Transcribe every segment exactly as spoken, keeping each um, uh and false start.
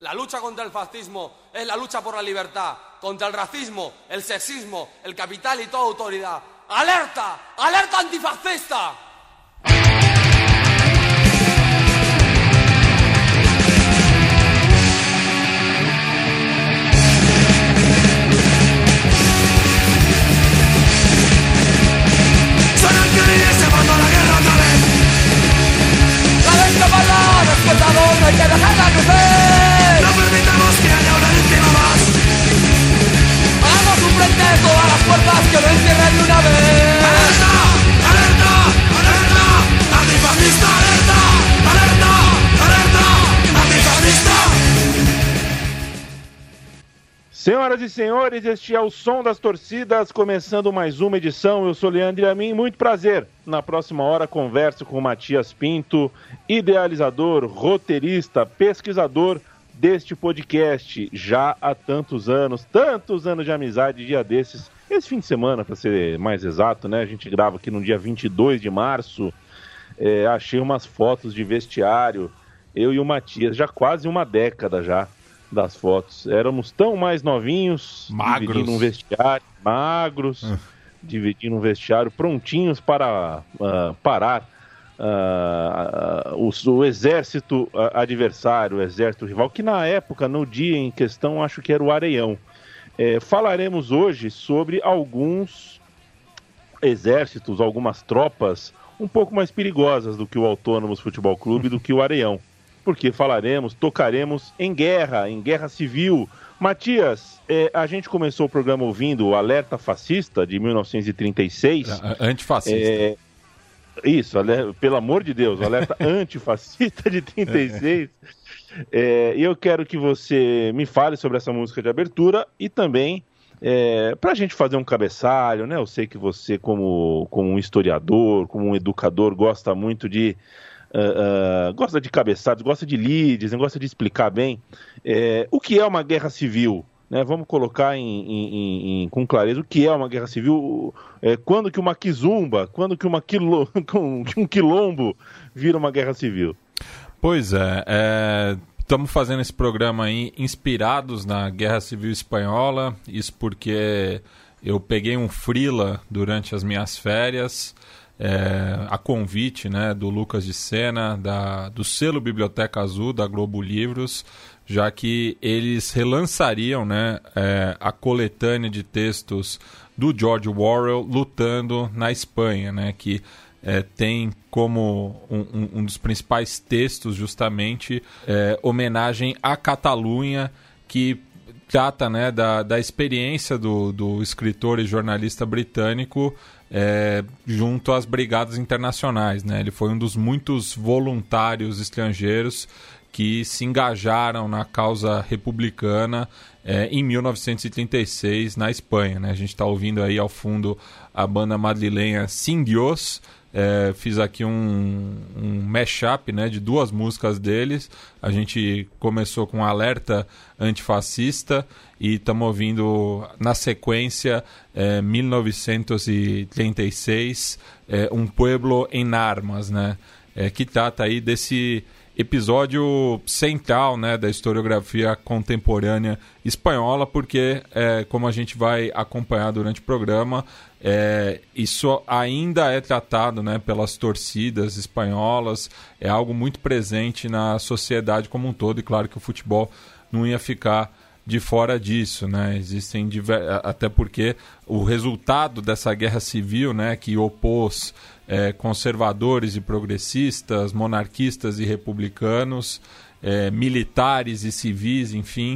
La lucha contra el fascismo es la lucha por la libertad, contra el racismo, el sexismo, el capital y toda autoridad. ¡Alerta! ¡Alerta antifascista! Suena el violín y se manda la guerra otra vez. ¡La bestia parda! ¡Despertador! ¡Hay que dejarla crecer! No permitamos que haya una víctima más. ¡Hagamos un frente de todas las fuerzas que lo encierren de una vez! ¡Alerta! ¡Alerta! ¡Alerta! ¡Antifascista! ¡Alerta! ¡Alerta! ¡Alerta! ¡Antifascista! Senhoras e senhores, este é o Som das Torcidas, começando mais uma edição. Eu sou Leandro Amin, muito prazer. Na próxima hora converso com o Matias Pinto, idealizador, roteirista, pesquisador deste podcast, já há tantos anos, tantos anos de amizade, dia desses, esse fim de semana, para ser mais exato, né? A gente grava aqui no dia vinte e dois de março, é, achei umas fotos de vestiário, eu e o Matias, já quase uma década já. Das fotos, éramos tão mais novinhos, magros, dividindo um vestiário, magros, uh. dividindo um vestiário, prontinhos para uh, parar uh, uh, o, o exército uh, adversário, o exército rival, que na época, no dia em questão, acho que era o Areião. É, falaremos hoje sobre alguns exércitos, algumas tropas um pouco mais perigosas do que o Autônomos Futebol Clube, do que o Areião. Porque falaremos, tocaremos em guerra, em guerra civil. Matias, é, a gente começou o programa ouvindo o Alerta Fascista, de mil novecentos e trinta e seis. Antifascista. É, isso, pelo amor de Deus, o Alerta Antifascista de trinta e seis. É, eu quero que você me fale sobre essa música de abertura e também, é, para a gente fazer um cabeçalho, né? Eu sei que você, como, como um historiador, como um educador, gosta muito de... Uh, uh, gosta de cabeçados, gosta de leads, né, gosta de explicar bem é, o que é uma guerra civil, né? Vamos colocar em, em, em, com clareza o que é uma guerra civil, é, quando que uma quizumba, quando que, uma quilo, que um quilombo vira uma guerra civil. Pois é, estamos é, fazendo esse programa aí inspirados na Guerra Civil Espanhola, isso porque eu peguei um freela durante as minhas férias. É, a convite, né, do Lucas de Sena, da, do selo Biblioteca Azul, da Globo Livros, já que eles relançariam, né, é, a coletânea de textos do George Orwell lutando na Espanha, né, que é, tem como um, um, um dos principais textos justamente é, homenagem à Catalunha, que trata, né, da, da experiência do, do escritor e jornalista britânico É, junto às brigadas internacionais, né? Ele foi um dos muitos voluntários estrangeiros que se engajaram na causa republicana é, em mil novecentos e trinta e seis na Espanha, né? A gente está ouvindo aí ao fundo a banda madrilenha Sin Dios. É, fiz aqui um, um mashup, né, de duas músicas deles. A gente começou com um Alerta Antifascista e estamos ouvindo na sequência é, mil novecentos e trinta e seis, é, Um Pueblo en Armas, né, é, que trata aí desse episódio central, né, da historiografia contemporânea espanhola, porque, é, como a gente vai acompanhar durante o programa, é, isso ainda é tratado, né, pelas torcidas espanholas, é algo muito presente na sociedade como um todo, e claro que o futebol não ia ficar de fora disso, né? Existem diver... até porque o resultado dessa guerra civil, né, que opôs é, conservadores e progressistas, monarquistas e republicanos, é, militares e civis, enfim,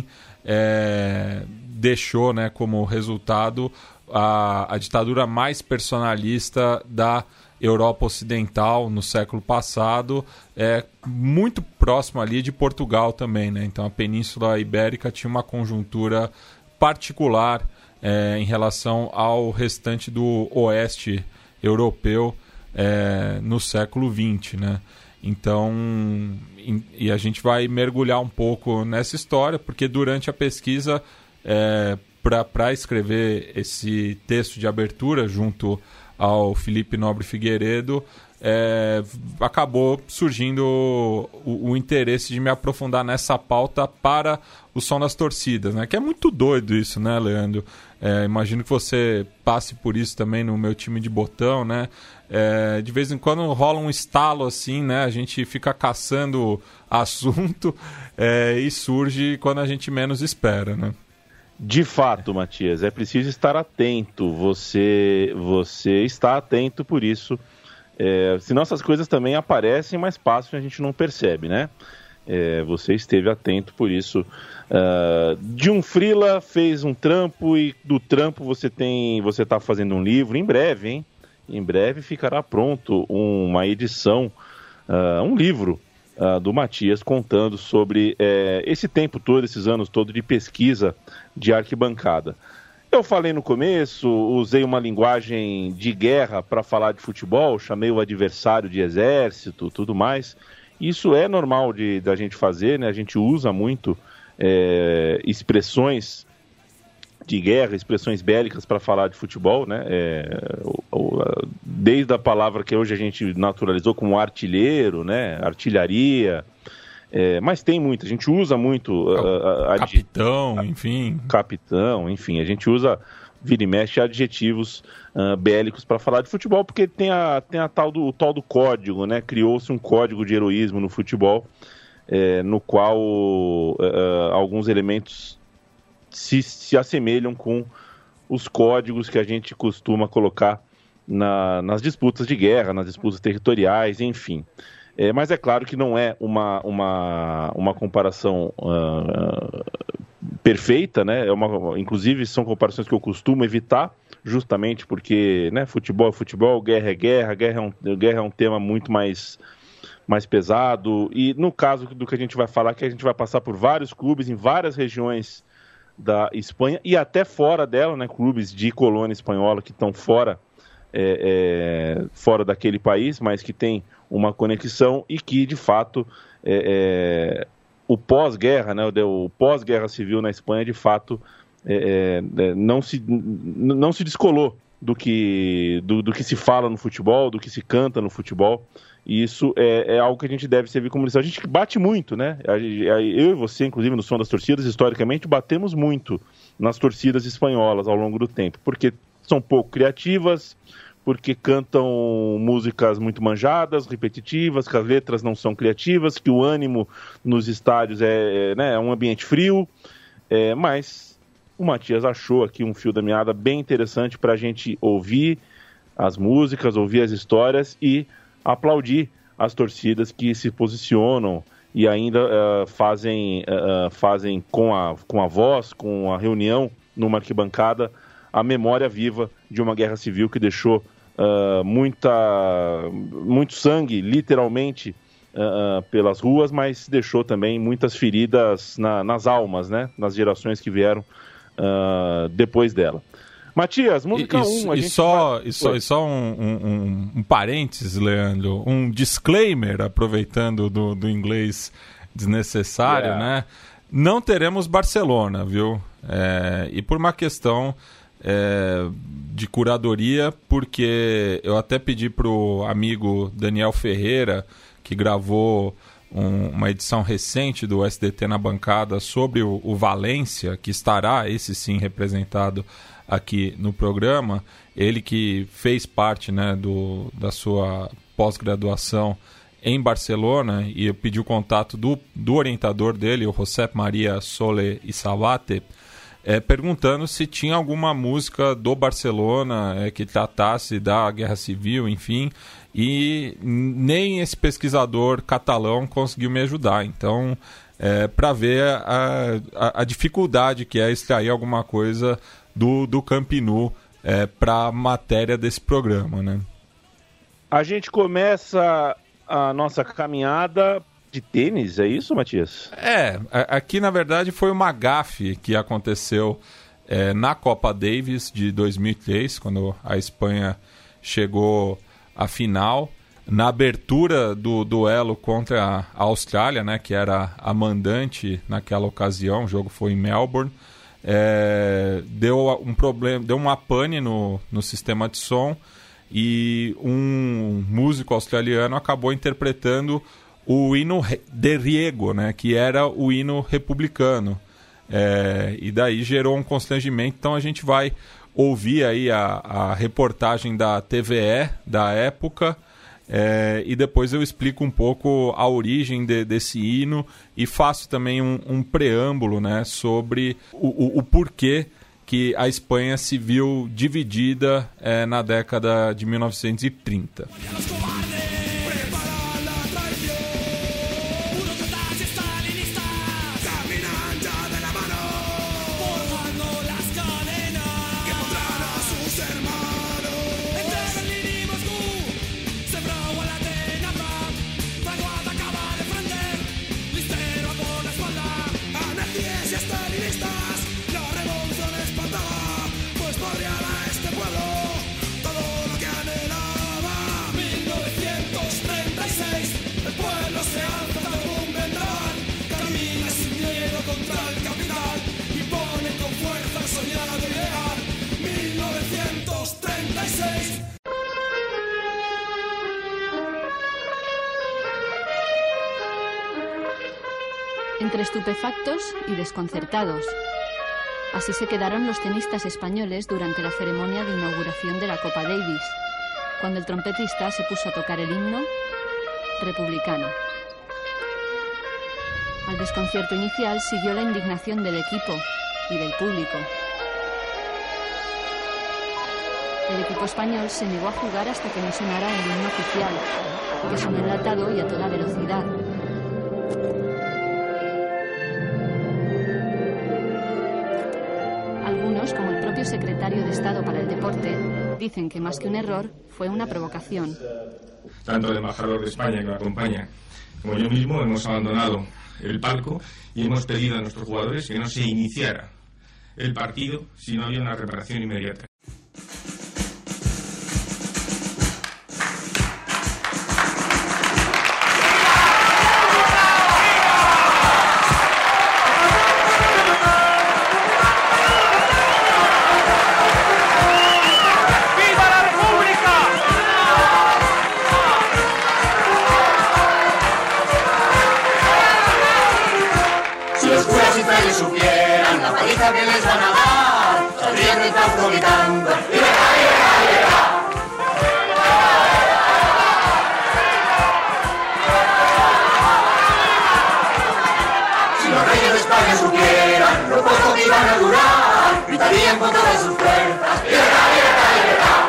é, deixou, né, como resultado a, a ditadura mais personalista da Europa Ocidental no século passado, é muito próximo ali de Portugal também, né? Então a Península Ibérica tinha uma conjuntura particular é, em relação ao restante do oeste europeu é, no século vinte, né? Então, em, e a gente vai mergulhar um pouco nessa história, porque durante a pesquisa, é, para escrever esse texto de abertura junto ao Felipe Nobre Figueiredo, é, acabou surgindo o, o, o interesse de me aprofundar nessa pauta para o som das torcidas, né? Que é muito doido isso, né, Leandro? É, imagino que você passe por isso também no meu time de botão, né? É, de vez em quando rola um estalo assim, né? A gente fica caçando assunto é, e surge quando a gente menos espera, né? De fato, Matias, é preciso estar atento. Você, você está atento por isso. É, senão essas coisas também aparecem mais fácil e a gente não percebe, né? É, você esteve atento por isso. Uh, de um freela fez um trampo e do trampo você tem, você está fazendo um livro em breve, hein? Em breve ficará pronto uma edição, uh, um livro uh, do Matias contando sobre uh, esse tempo todo, esses anos todos de pesquisa de arquibancada. Eu falei no começo, usei uma linguagem de guerra para falar de futebol, chamei o adversário de exército, tudo mais. Isso é normal de, da gente fazer, né? A gente usa muito é, expressões de guerra, expressões bélicas para falar de futebol, né? É, o, o, desde a palavra que hoje a gente naturalizou como artilheiro, né? Artilharia, é, mas tem muito, a gente usa muito... A, a, capitão, a, enfim. Capitão, enfim, a gente usa, vira e mexe, adjetivos uh, bélicos para falar de futebol, porque tem a, tem a tal do, o tal do código, né? Criou-se um código de heroísmo no futebol, é, no qual uh, alguns elementos se, se assemelham com os códigos que a gente costuma colocar na, nas disputas de guerra, nas disputas territoriais, enfim. É, mas é claro que não é uma, uma, uma comparação uh, perfeita, né? É uma, inclusive são comparações que eu costumo evitar, justamente porque, né, futebol é futebol, guerra é guerra, guerra é um, guerra é um tema muito mais, mais pesado. E no caso do que a gente vai falar, que a gente vai passar por vários clubes em várias regiões da Espanha e até fora dela, né? Clubes de colônia espanhola que estão fora, é, é, fora daquele país, mas que tem uma conexão e que, de fato, é, é, o pós-guerra, né, o pós-guerra civil na Espanha, de fato, é, é, não, se, não se descolou do que, do, do que se fala no futebol, do que se canta no futebol, e isso é, é algo que a gente deve servir como lição. A gente bate muito, né? Eu e você, inclusive, no Som das Torcidas, historicamente, batemos muito nas torcidas espanholas ao longo do tempo, porque são pouco criativas, porque cantam músicas muito manjadas, repetitivas, que as letras não são criativas, que o ânimo nos estádios é, é, né, é um ambiente frio, é, mas o Matias achou aqui um fio da meada bem interessante para a gente ouvir as músicas, ouvir as histórias e aplaudir as torcidas que se posicionam e ainda uh, fazem, uh, fazem com, a, com a voz, com a reunião numa arquibancada, a memória viva de uma guerra civil que deixou Uh, muita, muito sangue, literalmente, uh, uh, pelas ruas, mas deixou também muitas feridas na, nas almas, né? Nas gerações que vieram uh, depois dela. Matias, música um. E, e, só, vai... e só, e só um, um, um parênteses, Leandro, um disclaimer, aproveitando do, do inglês desnecessário, yeah. né? Não teremos Barcelona, viu? É, e por uma questão... É, de curadoria, porque eu até pedi pro amigo Daniel Ferreira, que gravou um, uma edição recente do S D T na bancada sobre o, o Valência, que estará, esse sim, representado aqui no programa, ele que fez parte, né, do, da sua pós-graduação em Barcelona, e eu pedi o contato do, do orientador dele, o Josep Maria Sole Isabate, É, perguntando se tinha alguma música do Barcelona é, que tratasse da Guerra Civil, enfim, e nem esse pesquisador catalão conseguiu me ajudar. Então, é, para ver a, a, a dificuldade que é extrair alguma coisa do, do Camp Nou é, para a matéria desse programa, né? A gente começa a nossa caminhada... de tênis, é isso, Matias? É, aqui na verdade foi uma gafe que aconteceu é, na Copa Davis de dois mil e três, quando a Espanha chegou à final, na abertura do duelo contra a Austrália, né, que era a mandante naquela ocasião, o jogo foi em Melbourne, é, deu um problema, deu uma pane no, no sistema de som, e um músico australiano acabou interpretando o hino de Riego, né, que era o hino republicano. É, e daí gerou um constrangimento, então a gente vai ouvir aí a, a reportagem da T V E da época, é, e depois eu explico um pouco a origem de, desse hino e faço também um, um preâmbulo, né, sobre o, o, o porquê que a Espanha se viu dividida é, na década de mil novecentos e trinta. Entre estupefactos y desconcertados. Así se quedaron los tenistas españoles durante la ceremonia de inauguración de la Copa Davis, cuando el trompetista se puso a tocar el himno republicano. Al desconcierto inicial siguió la indignación del equipo y del público. El equipo español se negó a jugar hasta que no sonara el himno oficial, que sonó enlatado y a toda velocidad. Algunos, como el propio secretario de Estado para el Deporte, dicen que más que un error, fue una provocación. Tanto el embajador de España que me acompaña como yo mismo hemos abandonado el palco y hemos pedido a nuestros jugadores que no se iniciara el partido si no había una reparación inmediata. Que les van a dar, sonriendo y tanto gritando. ¡Libertad, libertad, libertad! Si los reyes de España supieran lo poco que iban a durar, gritarían con todas sus fuerzas. ¡Libertad, libertad, libertad!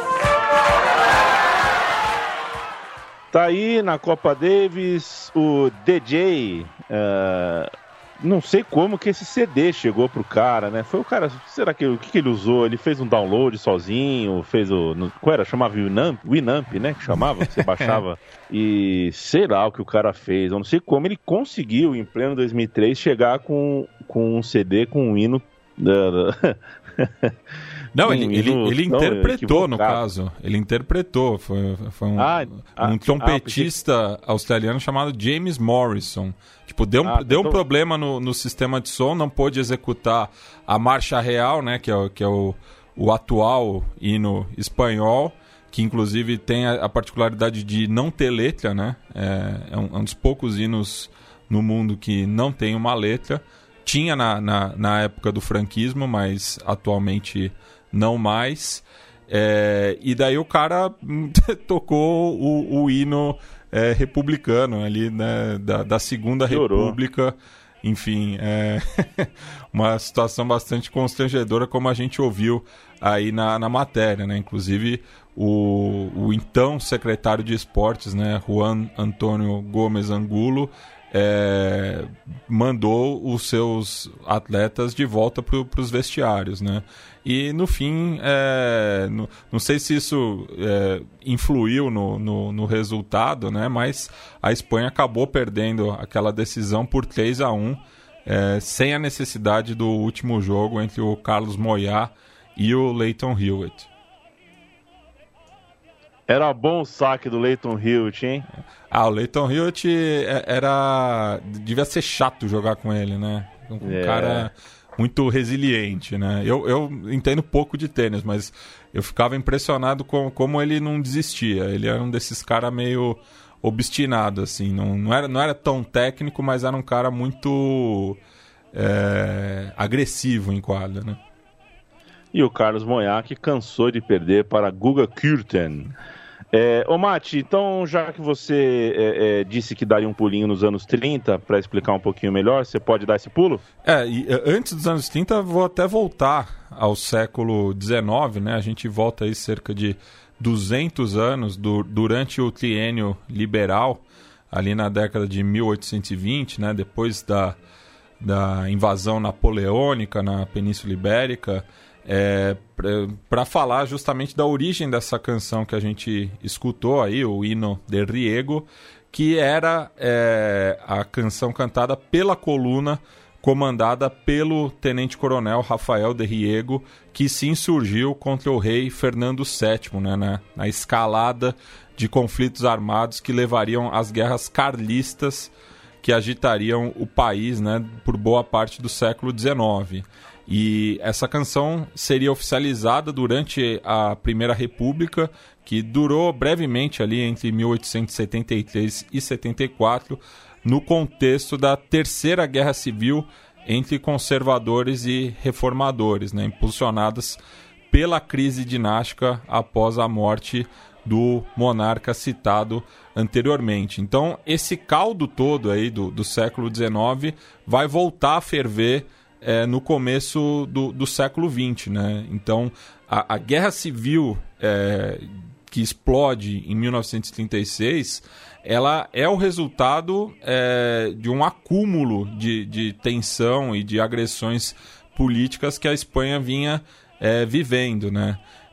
Tá aí na Copa Davis o D J. Uh... Não sei como que esse C D chegou pro cara, né? Foi o cara, será que o que, que ele usou? Ele fez um download sozinho, fez o, no, qual era? Chamava Winamp, Winamp, né? Que chamava, que você baixava. E sei lá o que o cara fez. Eu não sei como ele conseguiu, em pleno dois mil e três, chegar com, com um C D com um hino da... Não, ele, ele, ele interpretou, no caso. Ele interpretou. Foi, foi um, ah, um trompetista ah, australiano chamado James Morrison. Tipo, deu, ah, deu então... um problema no, no sistema de som, não pôde executar a marcha real, né? Que é, que é o, o atual hino espanhol, que inclusive tem a, a particularidade de não ter letra, né? É, é, um, é um dos poucos hinos no mundo que não tem uma letra. Tinha na, na, na época do franquismo, mas atualmente não mais. É, e daí o cara tocou o, o hino é, republicano ali, né, da, da Segunda Piorou. República. Enfim, é uma situação bastante constrangedora, como a gente ouviu aí na, na matéria, né? Inclusive o, o então secretário de esportes, né, Juan Antônio Gomes Angulo, É, mandou os seus atletas de volta para os vestiários, né? E no fim, é, no, não sei se isso é, influiu no, no, no resultado, né? Mas a Espanha acabou perdendo aquela decisão por três a um, é, sem a necessidade do último jogo entre o Carlos Moyá e o Lleyton Hewitt. Era bom o saque do Lleyton Hewitt, hein? Ah, o Lleyton Hewitt era... devia ser chato jogar com ele, né? Um é. cara muito resiliente, né? Eu, eu entendo pouco de tênis, mas eu ficava impressionado com como ele não desistia. Ele era um desses caras meio obstinado, assim. Não, não, era, não era tão técnico, mas era um cara muito é, agressivo em quadra, né? E o Carlos Moyach cansou de perder para Guga Kuerten. É, ô Mati, então já que você é, é, disse que daria um pulinho nos anos trinta, para explicar um pouquinho melhor, você pode dar esse pulo? É, e antes dos anos trinta, vou até voltar ao século dezenove, né? A gente volta aí cerca de duzentos anos do, durante o triênio liberal, ali na década de mil oitocentos e vinte, né? Depois da, da invasão napoleônica na Península Ibérica. É, para falar justamente da origem dessa canção que a gente escutou aí, o Hino de Riego, que era é, a canção cantada pela coluna comandada pelo tenente-coronel Rafael de Riego, que se insurgiu contra o rei Fernando sétimo, né, na, na escalada de conflitos armados que levariam às guerras carlistas que agitariam o país, né, por boa parte do século dezenove. E essa canção seria oficializada durante a Primeira República, que durou brevemente ali entre mil oitocentos e setenta e três e setenta e quatro, no contexto da Terceira Guerra Civil entre conservadores e reformadores, né, impulsionadas pela crise dinástica após a morte do monarca citado anteriormente. Então, esse caldo todo aí do, do século dezenove vai voltar a ferver É, no começo do, do século vinte, né? Então, a, a guerra civil é, que explode em mil novecentos e trinta e seis, ela é o resultado é, de um acúmulo de, de tensão e de agressões políticas que a Espanha vinha é, vivendo, né?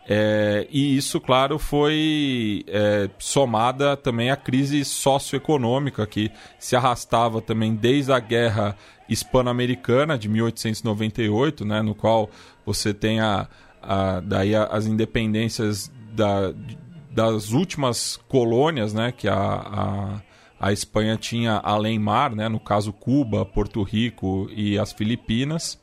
É, e isso, claro, foi é, somada também à crise socioeconômica que se arrastava também desde a Guerra Hispano-Americana de mil oitocentos e noventa e oito, né, no qual você tem a, a, daí as independências da, das últimas colônias, né, que a, a, a Espanha tinha além mar, né, no caso Cuba, Porto Rico e as Filipinas.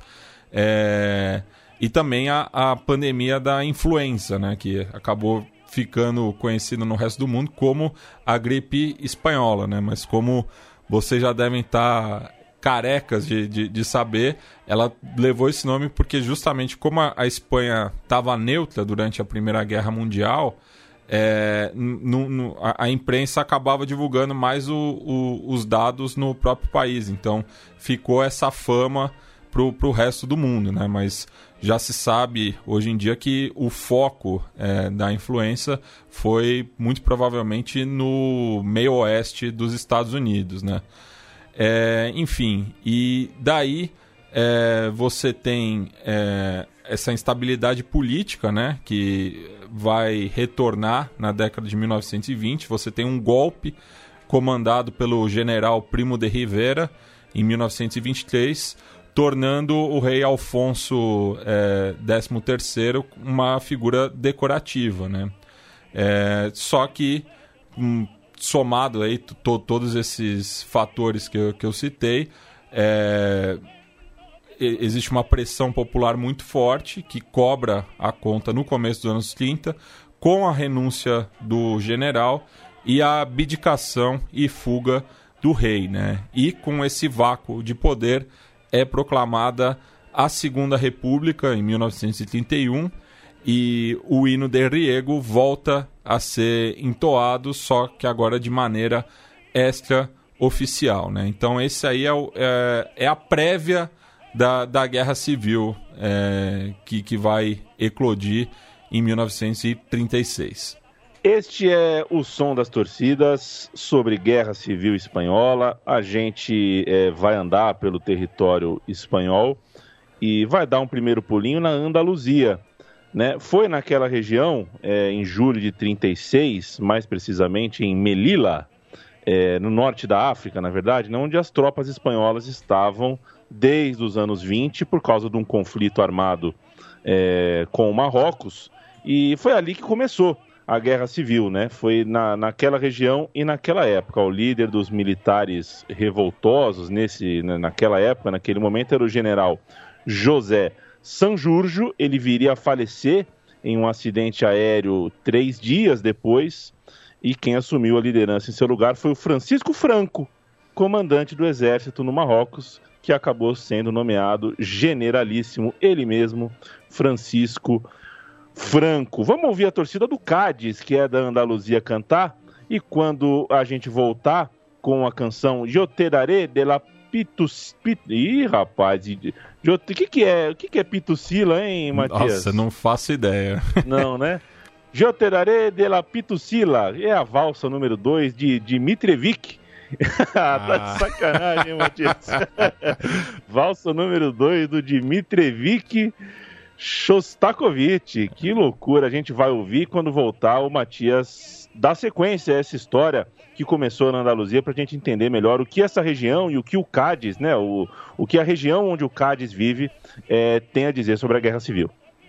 É... E também a, a pandemia da influenza, né, que acabou ficando conhecido no resto do mundo como a gripe espanhola, né? Mas como vocês já devem estar carecas de, de, de saber, ela levou esse nome porque justamente como a, a Espanha estava neutra durante a Primeira Guerra Mundial, é, no, no, a, a imprensa acabava divulgando mais o, o, os dados no próprio país. Então ficou essa fama para o resto do mundo, né? Mas já se sabe hoje em dia que o foco é, da influenza foi muito provavelmente no meio oeste dos Estados Unidos, né? É, enfim, e daí é, você tem é, essa instabilidade política, né, que vai retornar na década de mil novecentos e vinte. Você tem um golpe comandado pelo general Primo de Rivera em mil novecentos e vinte e três, tornando o rei Alfonso é, décimo terceiro uma figura decorativa, né? É, só que, hum, somado aí to, todos esses fatores que eu, que eu citei, é, existe uma pressão popular muito forte que cobra a conta no começo dos anos trinta, com a renúncia do general e a abdicação e fuga do rei, né? E com esse vácuo de poder é proclamada a Segunda República em mil novecentos e trinta e um e o hino de Riego volta a ser entoado, só que agora de maneira extraoficial, né? Então esse aí é, o, é, é a prévia da, da Guerra Civil é, que, que vai eclodir em mil novecentos e trinta e seis. Este é o som das torcidas sobre Guerra Civil Espanhola. A gente é, vai andar pelo território espanhol e vai dar um primeiro pulinho na Andaluzia, né? Foi naquela região, é, em julho de trinta e seis, mais precisamente em Melilla, é, no norte da África, na verdade, né, onde as tropas espanholas estavam desde os anos vinte por causa de um conflito armado é, com o Marrocos, e foi ali que começou a Guerra Civil, né? Foi na, naquela região e naquela época. O líder dos militares revoltosos nesse, naquela época, naquele momento, era o general José Sanjurjo. Ele viria a falecer em um acidente aéreo três dias depois, e quem assumiu a liderança em seu lugar foi o Francisco Franco, comandante do exército no Marrocos, que acabou sendo nomeado generalíssimo, ele mesmo, Francisco Franco. Vamos ouvir a torcida do Cádiz, que é da Andaluzia, cantar, e quando a gente voltar com a canção Eu te daré de la Pitus... Pit... Ih, rapaz, o que que é, o que que é Pitucila, hein, Matias? Nossa, não faço ideia. Não, né? Eu te daré de la Pitucila, é a valsa número dois de Dmitrievic. Ah. Tá de sacanagem, hein, Matias? Valsa número dois do Dmitrievic Shostakovich. Que loucura, a gente vai ouvir quando voltar. O Matias dá sequência a essa história que começou na Andaluzia, para a gente entender melhor o que essa região e o que o Cádiz, né, o, o que a região onde o Cádiz vive é, tem a dizer sobre a Guerra Civil.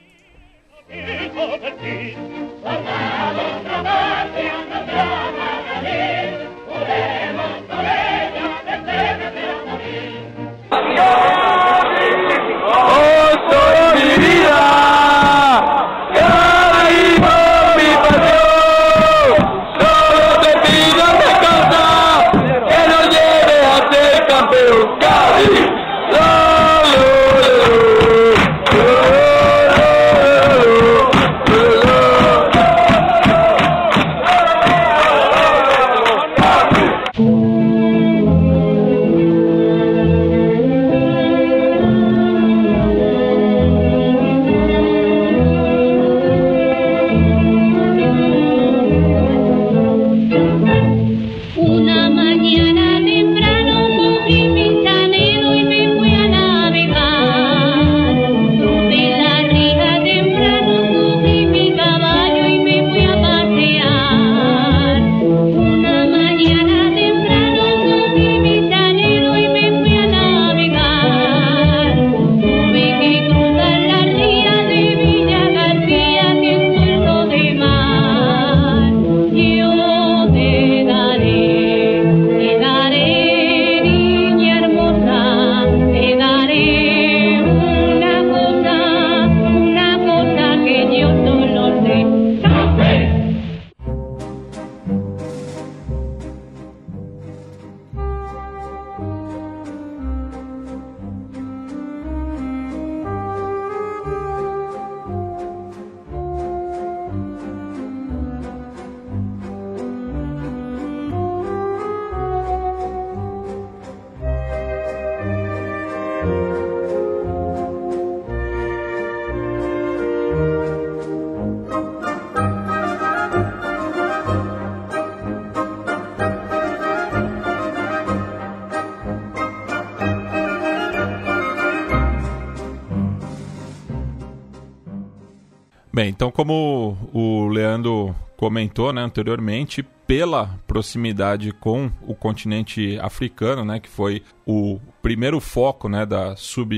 Bem, então como o Leandro comentou, né, anteriormente, pela proximidade com o continente africano, né, que foi o primeiro foco, né, da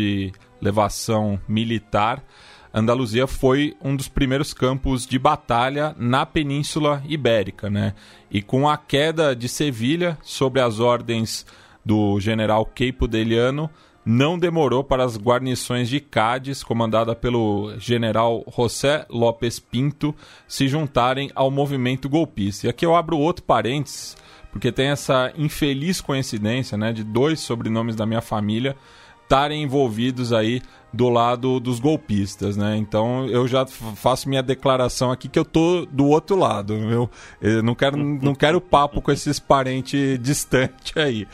sublevação militar, Andaluzia foi um dos primeiros campos de batalha na Península Ibérica, né? E com a queda de Sevilha, sob as ordens do general Queipo de Liano, não demorou para as guarnições de Cádiz, comandada pelo general José López Pinto, se juntarem ao movimento golpista. E aqui eu abro outro parênteses, porque tem essa infeliz coincidência, né, de dois sobrenomes da minha família estarem envolvidos aí do lado dos golpistas, né? Então eu já faço minha declaração aqui que eu tô do outro lado, eu, eu não quero não quero papo com esses parentes distantes aí,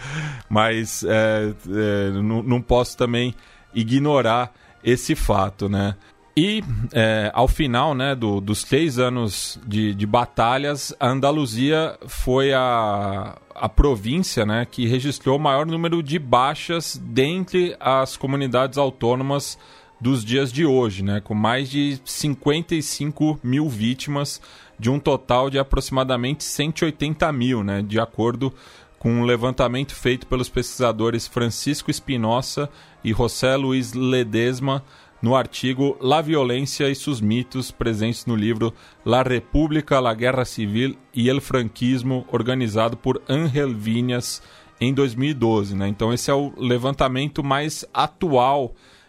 mas é, é, não, não posso também ignorar esse fato, né? E é, ao final, né, do, dos três anos de, de batalhas, a Andaluzia foi a, a província, né, que registrou o maior número de baixas dentre as comunidades autônomas dos dias de hoje, né, com mais de cinquenta e cinco mil vítimas, de um total de aproximadamente cento e oitenta mil, né, de acordo com um levantamento feito pelos pesquisadores Francisco Espinosa e José Luiz Ledesma, no artigo La Violência e seus mitos, presentes no livro La República, la Guerra Civil y el Franquismo, organizado por Ángel Viñas em dois mil e doze. Né? Então esse é o levantamento mais atual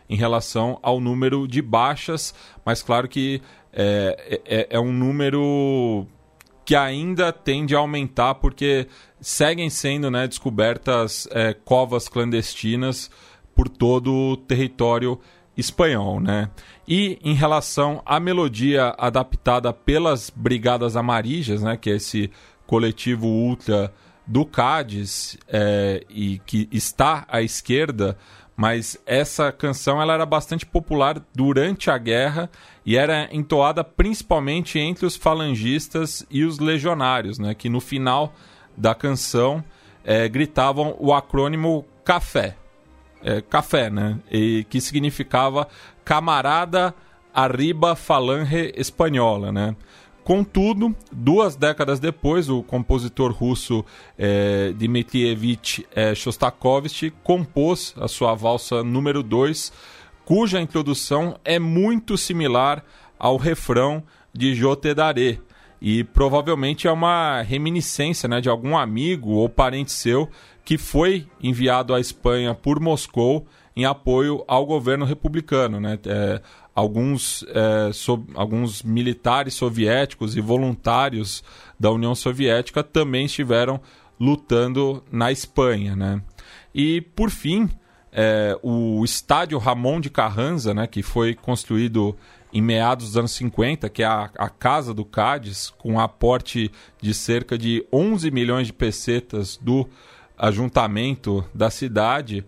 em relação ao número de baixas, mas claro que é, é, é um número que ainda tende a aumentar, porque seguem sendo, né, descobertas é, covas clandestinas por todo o território espanhol, né? E em relação à melodia adaptada pelas Brigadas Amarillas, né, que é esse coletivo ultra do Cádiz, é, e que está à esquerda, mas essa canção ela era bastante popular durante a guerra e era entoada principalmente entre os falangistas e os legionários, né, que no final da canção é, gritavam o acrônimo CAFÉ, é, café, né, e que significava Camarada Arriba Falange Espanhola, né. Contudo, duas décadas depois, o compositor russo eh, Dmitrievich eh, Shostakovich compôs a sua valsa número dois, cuja introdução é muito similar ao refrão de Je te daré, e provavelmente é uma reminiscência, né, de algum amigo ou parente seu que foi enviado à Espanha por Moscou em apoio ao governo republicano, né? É, alguns, é, so, alguns militares soviéticos e voluntários da União Soviética também estiveram lutando na Espanha, né? E, por fim, é, o estádio Ramon de Carranza, né, que foi construído em meados dos anos cinquenta, que é a, a casa do Cádiz, com aporte de cerca de onze milhões de pesetas do ajuntamento da cidade,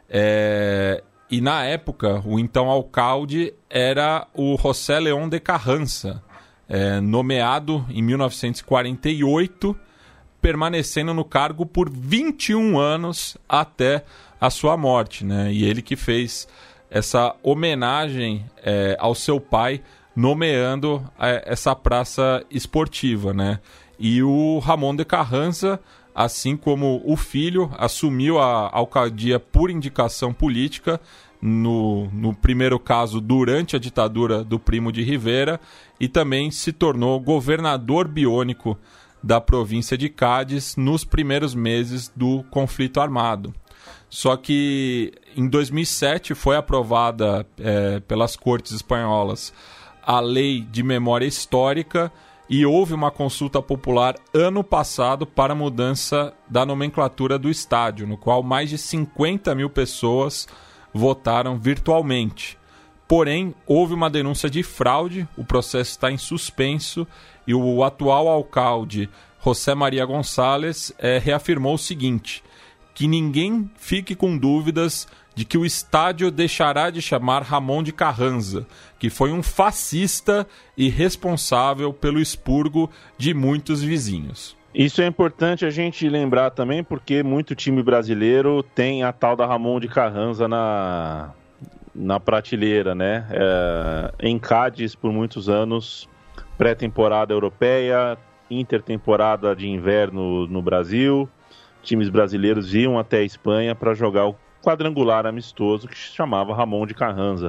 é, e na época o então alcalde era o José León de Carranza, é, nomeado em mil novecentos e quarenta e oito, permanecendo no cargo por vinte e um anos até a sua morte, né? E ele que fez essa homenagem é, ao seu pai, nomeando é, essa praça esportiva, né? E o Ramon de Carranza, assim como o filho, assumiu a alcaldia por indicação política, no, no primeiro caso durante a ditadura do Primo de Rivera, e também se tornou governador biônico da província de Cádiz nos primeiros meses do conflito armado. Só que em dois mil e sete foi aprovada é, pelas Cortes espanholas a Lei de Memória Histórica, e houve uma consulta popular ano passado para a mudança da nomenclatura do estádio, no qual mais de cinquenta mil pessoas votaram virtualmente. Porém, houve uma denúncia de fraude, o processo está em suspenso e o atual alcalde, José Maria Gonçalves, é, reafirmou o seguinte: que ninguém fique com dúvidas de que o estádio deixará de chamar Ramon de Carranza, que foi um fascista e responsável pelo expurgo de muitos vizinhos. Isso é importante a gente lembrar também, porque muito time brasileiro tem a tal da Ramon de Carranza na, na prateleira, né? É, em Cádiz, por muitos anos, pré-temporada europeia, intertemporada de inverno no Brasil, times brasileiros iam até a Espanha para jogar o quadrangular amistoso que se chamava Ramon de Carranza.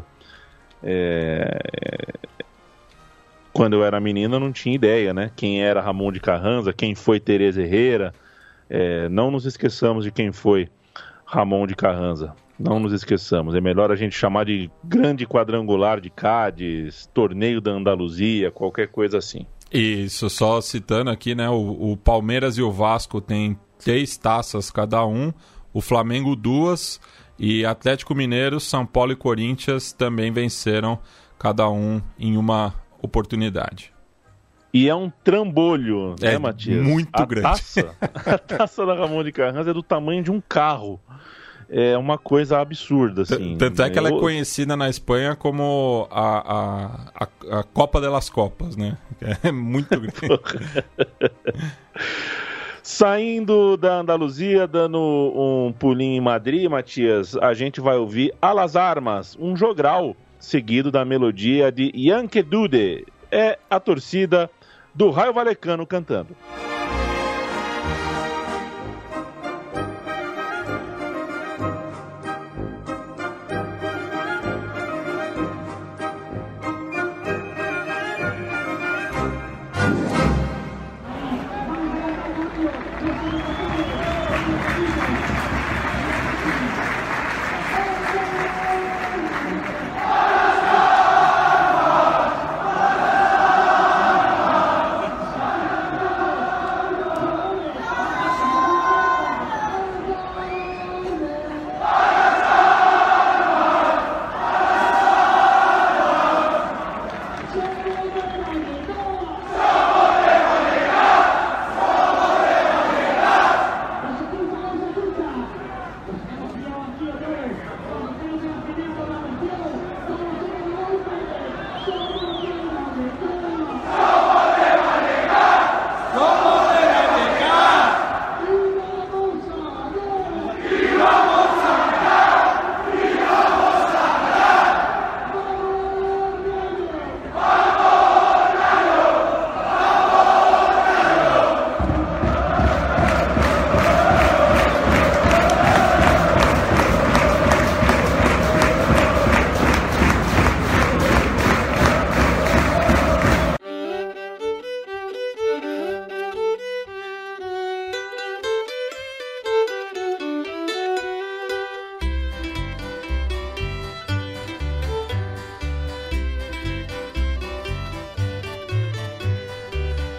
É... Quando eu era menino eu não tinha ideia, né? Quem era Ramon de Carranza, quem foi Teresa Herrera. É... Não nos esqueçamos de quem foi Ramon de Carranza. Não nos esqueçamos. É melhor a gente chamar de grande quadrangular de Cádiz, torneio da Andaluzia, qualquer coisa assim. Isso, só citando aqui, né? O, o Palmeiras e o Vasco têm três taças cada um, o Flamengo duas, e Atlético Mineiro, São Paulo e Corinthians também venceram cada um em uma oportunidade. E é um trambolho, é, né, Matias? Muito a grande. Taça, a taça da Ramon de Carranza é do tamanho de um carro. É uma coisa absurda, assim. Tanto é que ela Eu... é conhecida na Espanha como a, a, a, a Copa de las Copas, né? É muito grande. Saindo da Andaluzia, dando um pulinho em Madrid, Matias, a gente vai ouvir A las Armas, um jogral, seguido da melodia de Yankee Dude. É a torcida do Raio Vallecano cantando.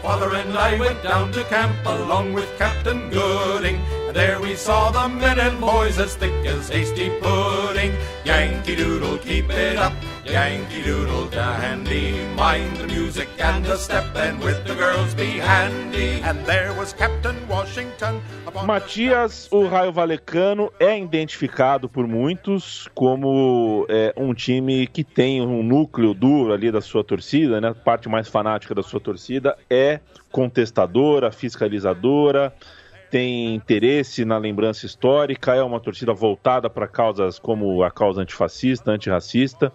Father and I went down to camp along with Captain Gooding. And there we saw the men and boys as thick as hasty pudding. Yankee Doodle, keep it up, Yankee Doodle dandy. Mind the music and the step, and with the girls be handy. And there was Captain Washington. Matias, o Raio Vallecano é identificado por muitos como é, um time que tem um núcleo duro ali da sua torcida, né? A parte mais fanática da sua torcida é contestadora, fiscalizadora, tem interesse na lembrança histórica, é uma torcida voltada para causas como a causa antifascista, antirracista,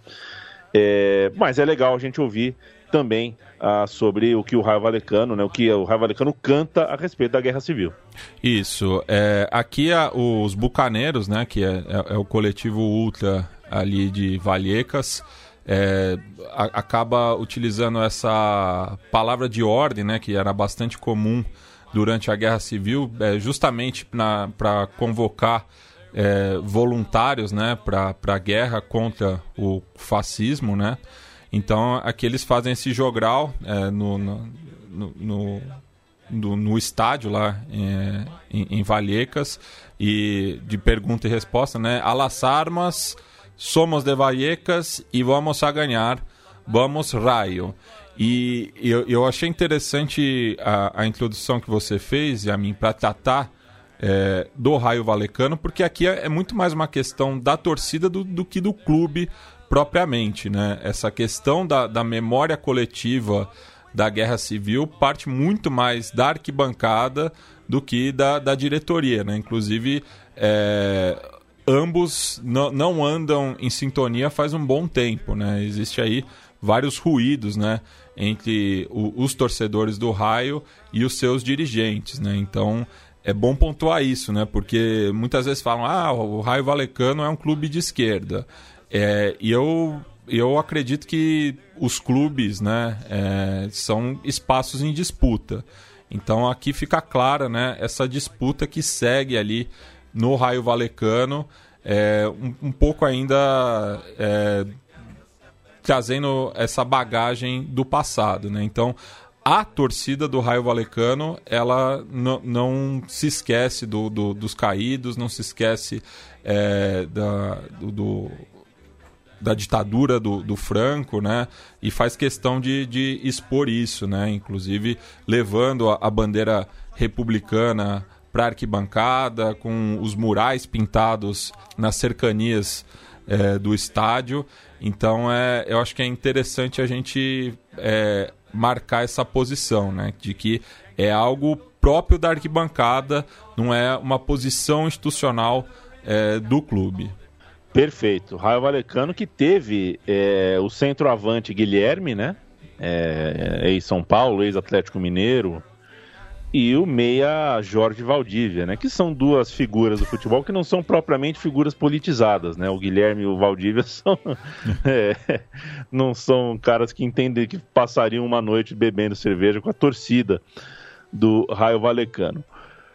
é, mas é legal a gente ouvir também ah, sobre o que o Raio Vallecano, né, o que o Raio Vallecano canta a respeito da Guerra Civil. Isso, é, aqui a, os Bucaneiros, né, que é, é, é o coletivo ultra ali de Vallecas, é, a, acaba utilizando essa palavra de ordem, né, que era bastante comum durante a Guerra Civil, é, justamente para convocar é, voluntários, né, para a guerra contra o fascismo, né? Então aqui eles fazem esse jogral é, no, no, no, no, no estádio lá é, em, em Vallecas, e de pergunta e resposta, né? A las armas, somos de Vallecas e vamos a ganhar, vamos Raio. E eu, eu achei interessante a, a introdução que você fez, Yamin, para tratar é, do Raio Vallecano, porque aqui é, é muito mais uma questão da torcida do, do que do clube propriamente, né? Essa questão da, da memória coletiva da Guerra Civil parte muito mais da arquibancada do que da, da diretoria, né? Inclusive, é, ambos n- não andam em sintonia faz um bom tempo, né? Existe aí vários ruídos, né, entre o, os torcedores do Raio e os seus dirigentes, né? Então é bom pontuar isso, né? Porque muitas vezes falam, ah, o Raio Vallecano é um clube de esquerda. É, e eu, eu acredito que os clubes, né, é, são espaços em disputa. Então aqui fica clara, né, essa disputa que segue ali no Raio Vallecano, é, um, um pouco ainda é, trazendo essa bagagem do passado, né? Então a torcida do Raio Vallecano, ela n- não se esquece do, do, dos caídos, não se esquece é, da, do, do, da ditadura do, do Franco, né? E faz questão de, de expor isso, né? Inclusive levando a, a bandeira republicana para a arquibancada, com os murais pintados nas cercanias é, do estádio. Então é, eu acho que é interessante a gente é, marcar essa posição, né? De que é algo próprio da arquibancada, não é uma posição institucional é, do clube. Perfeito. Raio Vallecano que teve é, o centroavante Guilherme, né? É, ex-São Paulo, ex-Atlético Mineiro, e o meia Jorge Valdívia, né? Que são duas figuras do futebol que não são propriamente figuras politizadas, né? O Guilherme e o Valdívia são, é, não são caras que entendem que passariam uma noite bebendo cerveja com a torcida do Raio Vallecano.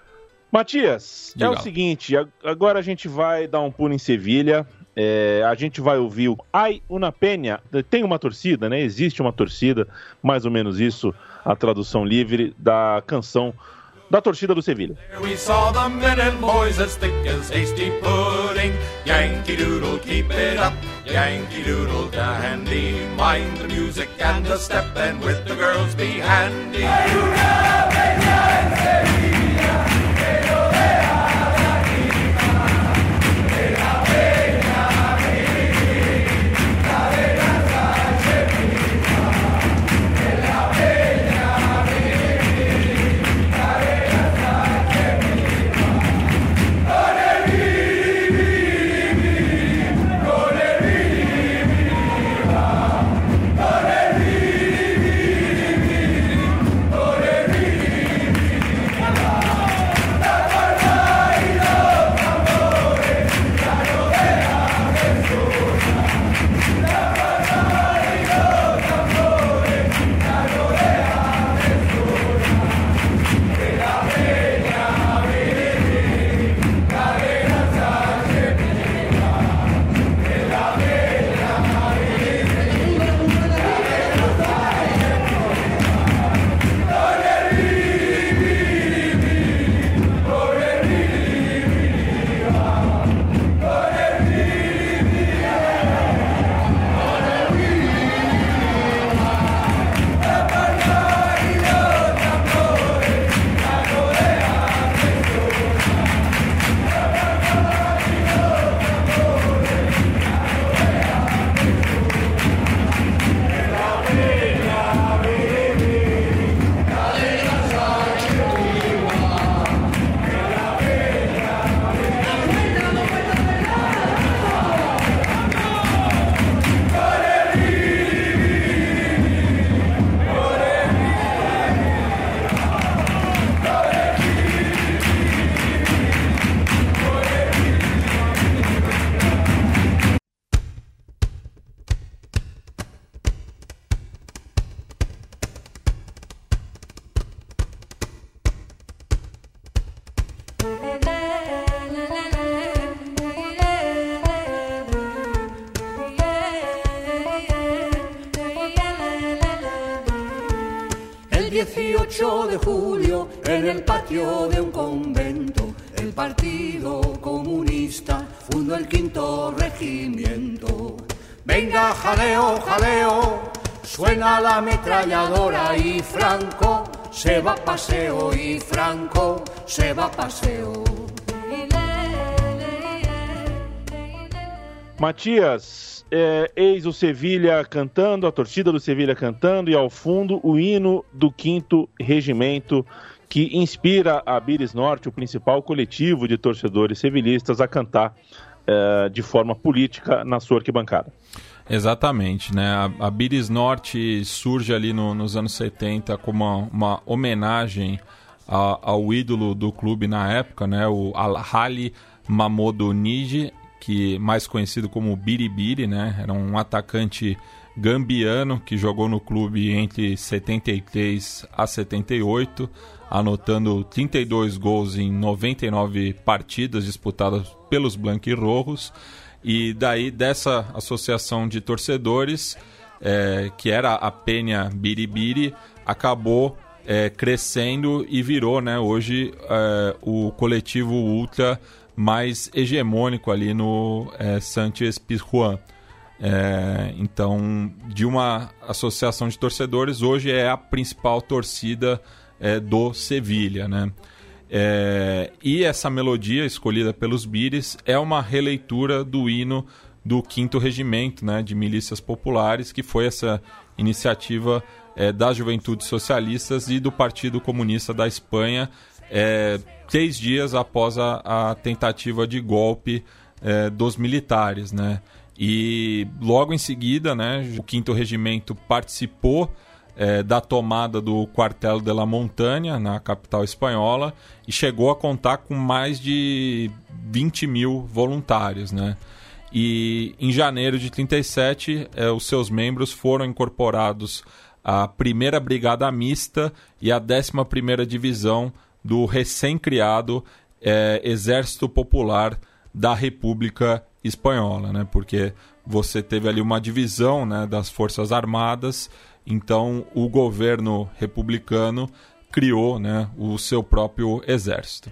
Matias, Legal. É o seguinte, agora a gente vai dar um pulo em Sevilha, é, a gente vai ouvir o Ai Una Peña, tem uma torcida, né? Existe uma torcida, mais ou menos isso, a tradução livre da canção da torcida do Sevilha. We saw the men and boys as thick as hasty pudding. Yankee Doodle, keep it up, Yankee Doodle dandy. Mind the music and the step, and with the girls be handy. dieciocho de julio, en el patio de un convento, el Partido Comunista fundó el quinto regimiento. Venga, jaleo, jaleo, suena la ametralladora y Franco se va a paseo, y Franco se va a paseo. Matias, é, eis o Sevilha cantando, a torcida do Sevilha cantando, e ao fundo o hino do quinto Regimento, que inspira a Bires Norte, o principal coletivo de torcedores sevilhistas, a cantar é, de forma política na sua arquibancada. Exatamente, né? A, a Bires Norte surge ali no, nos anos setenta como uma, uma homenagem a, ao ídolo do clube na época, né? O Al-Hali Mahmoud Niji, que mais conhecido como Biribiri, né? Era um atacante gambiano que jogou no clube entre setenta e três a setenta e oito, anotando trinta e dois gols em noventa e nove partidas disputadas pelos Blanquirrojos. E daí dessa associação de torcedores, é, que era a Penha Biribiri, acabou é, crescendo e virou, né, hoje é, o coletivo ultra mais hegemônico ali no é, Sánchez-Pizjuán. É, então, de uma associação de torcedores, hoje é a principal torcida é, do Sevilha, né? É, e essa melodia escolhida pelos Bires é uma releitura do hino do quinto Regimento, né, de milícias populares, que foi essa iniciativa é, das Juventudes Socialistas e do Partido Comunista da Espanha, é, três dias após a, a tentativa de golpe é, dos militares, né? E logo em seguida, né, o quinto Regimento participou é, da tomada do Quartel de la Montaña, na capital espanhola, e chegou a contar com mais de vinte mil voluntários, né? E em janeiro de trinta e sete, é, os seus membros foram incorporados à primeira Brigada Mista e à décima primeira Divisão do recém-criado é, Exército Popular da República Espanhola, né? Porque você teve ali uma divisão, né, das Forças Armadas, então o governo republicano criou, né, o seu próprio exército.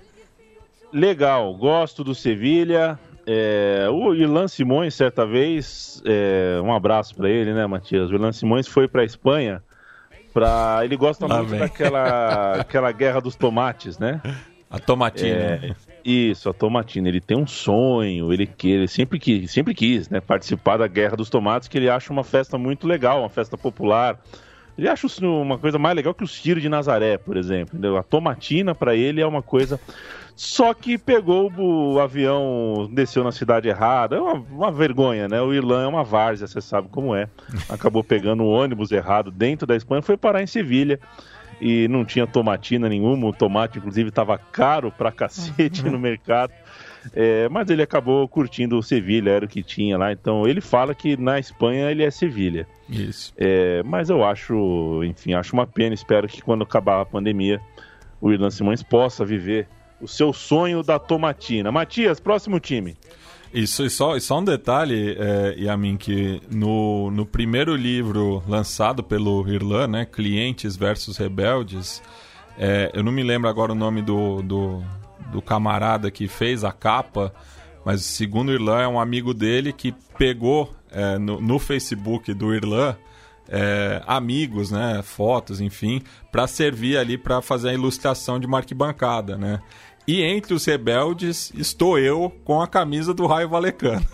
Legal, gosto do Sevilha. É, o Irlan Simões, certa vez, é, um abraço para ele, né, Matias? O Irlan Simões foi para a Espanha. Pra... Ele gosta ah, muito bem. daquela aquela guerra dos tomates, né? A tomatina. É, isso, a tomatina. Ele tem um sonho, ele, que, ele sempre, quis, sempre quis, né, participar da guerra dos tomates, que ele acha uma festa muito legal, uma festa popular. Ele acha uma coisa mais legal que o Ciro de Nazaré, por exemplo. Entendeu? A tomatina, para ele, é uma coisa... Só que pegou o avião, desceu na cidade errada. É uma, uma vergonha, né? O Irlan é uma várzea, você sabe como é. Acabou pegando o ônibus errado dentro da Espanha, foi parar em Sevilha. E não tinha tomatina nenhuma. O tomate, inclusive, estava caro pra cacete no mercado. É, mas ele acabou curtindo o Sevilha, era o que tinha lá. Então ele fala que na Espanha ele é Sevilha. Isso. É, mas eu acho, enfim, acho uma pena. Espero que quando acabar a pandemia, o Irlan Simões possa viver o seu sonho da tomatina. Matias, próximo time. Isso, e só, e só um detalhe, é, Yamin, que no, no primeiro livro lançado pelo Irlan, né, Clientes versus Rebeldes, é, eu não me lembro agora o nome do, do, do camarada que fez a capa, mas segundo o Irlan é um amigo dele que pegou é, no, no Facebook do Irlan é, amigos, né, fotos, enfim, para servir ali para fazer a ilustração de uma arquibancada, né? E entre os rebeldes estou eu com a camisa do Raio Vallecano.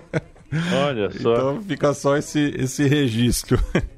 Olha só. Então fica só esse, esse registro.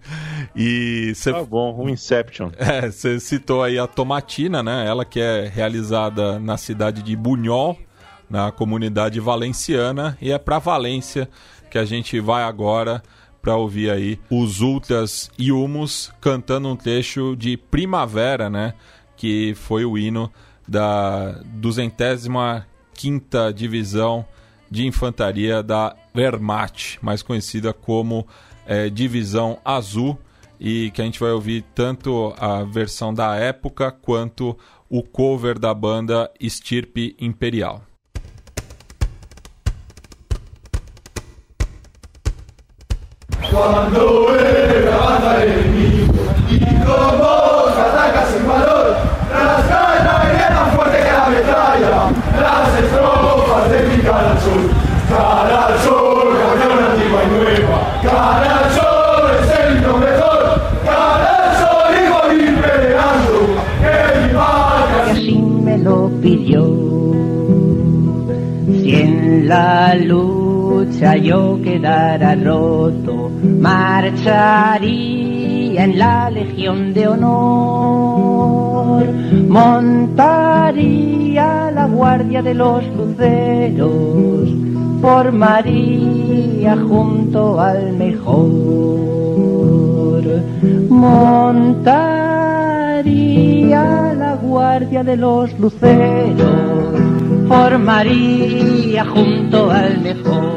E cê... Tá bom, um Inception. É, você citou aí a tomatina, né? Ela que é realizada na cidade de Buñol, na comunidade valenciana, e é para Valência que a gente vai agora para ouvir aí os Ultras e Humus cantando um trecho de Primavera, né? Que foi o hino da duzentésima quinta Divisão de Infantaria da Wehrmacht, mais conhecida como é, Divisão Azul, e que a gente vai ouvir tanto a versão da época quanto o cover da banda Estirpe Imperial. Cuando era banda enemigo y como cada piloto marcharía en la Legión de Honor, montaría la guardia de los luceros, formaría junto al mejor, montaría la guardia de los luceros, formaría junto al mejor.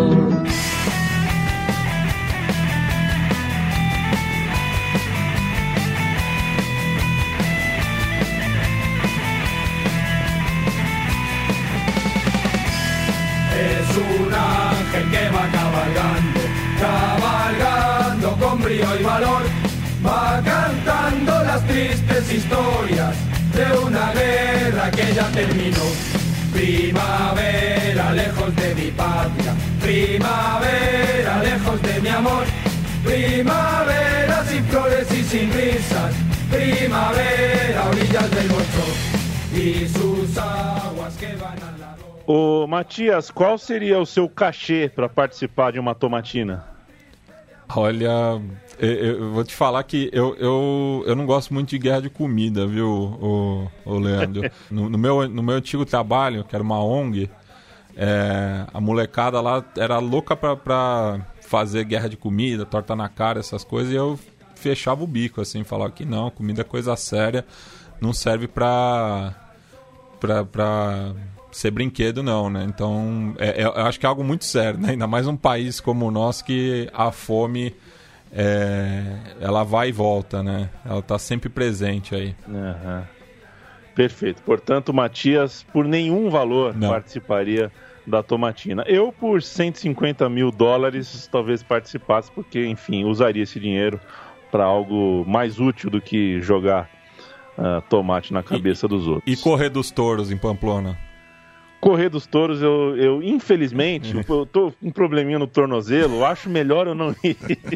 Es un ángel que va cabalgando, cabalgando con brío y valor, va cantando las tristes historias de una guerra que ya terminó. Primavera lejos de mi patria, primavera lejos de mi amor, primavera sin flores y sin risas, primavera a orillas del Bolsón y sus aguas que van al lado. Ô, Matias, qual seria o seu cachê para participar de uma tomatina? Olha, eu, eu vou te falar que eu, eu, eu não gosto muito de guerra de comida, viu, o, o Leandro? No, no, meu, no meu antigo trabalho, que era uma O N G, é, a molecada lá era louca pra, pra fazer guerra de comida, torta na cara, essas coisas, e eu fechava o bico, assim, falava que não, comida é coisa séria, não serve pra... pra, pra ser brinquedo não, né? Então, é, é, eu acho que é algo muito sério, né? Ainda mais um país como o nosso que a fome, é, ela vai e volta, né? Ela tá sempre presente aí. Uhum. Perfeito. Portanto, Matias, por nenhum valor não participaria da tomatina. Eu, por cento e cinquenta mil dólares, talvez participasse, porque, enfim, usaria esse dinheiro para algo mais útil do que jogar uh, tomate na cabeça e, dos outros. E correr dos touros em Pamplona? Correr dos touros, eu, eu infelizmente, eu tô com um probleminha no tornozelo, eu acho melhor eu não ir.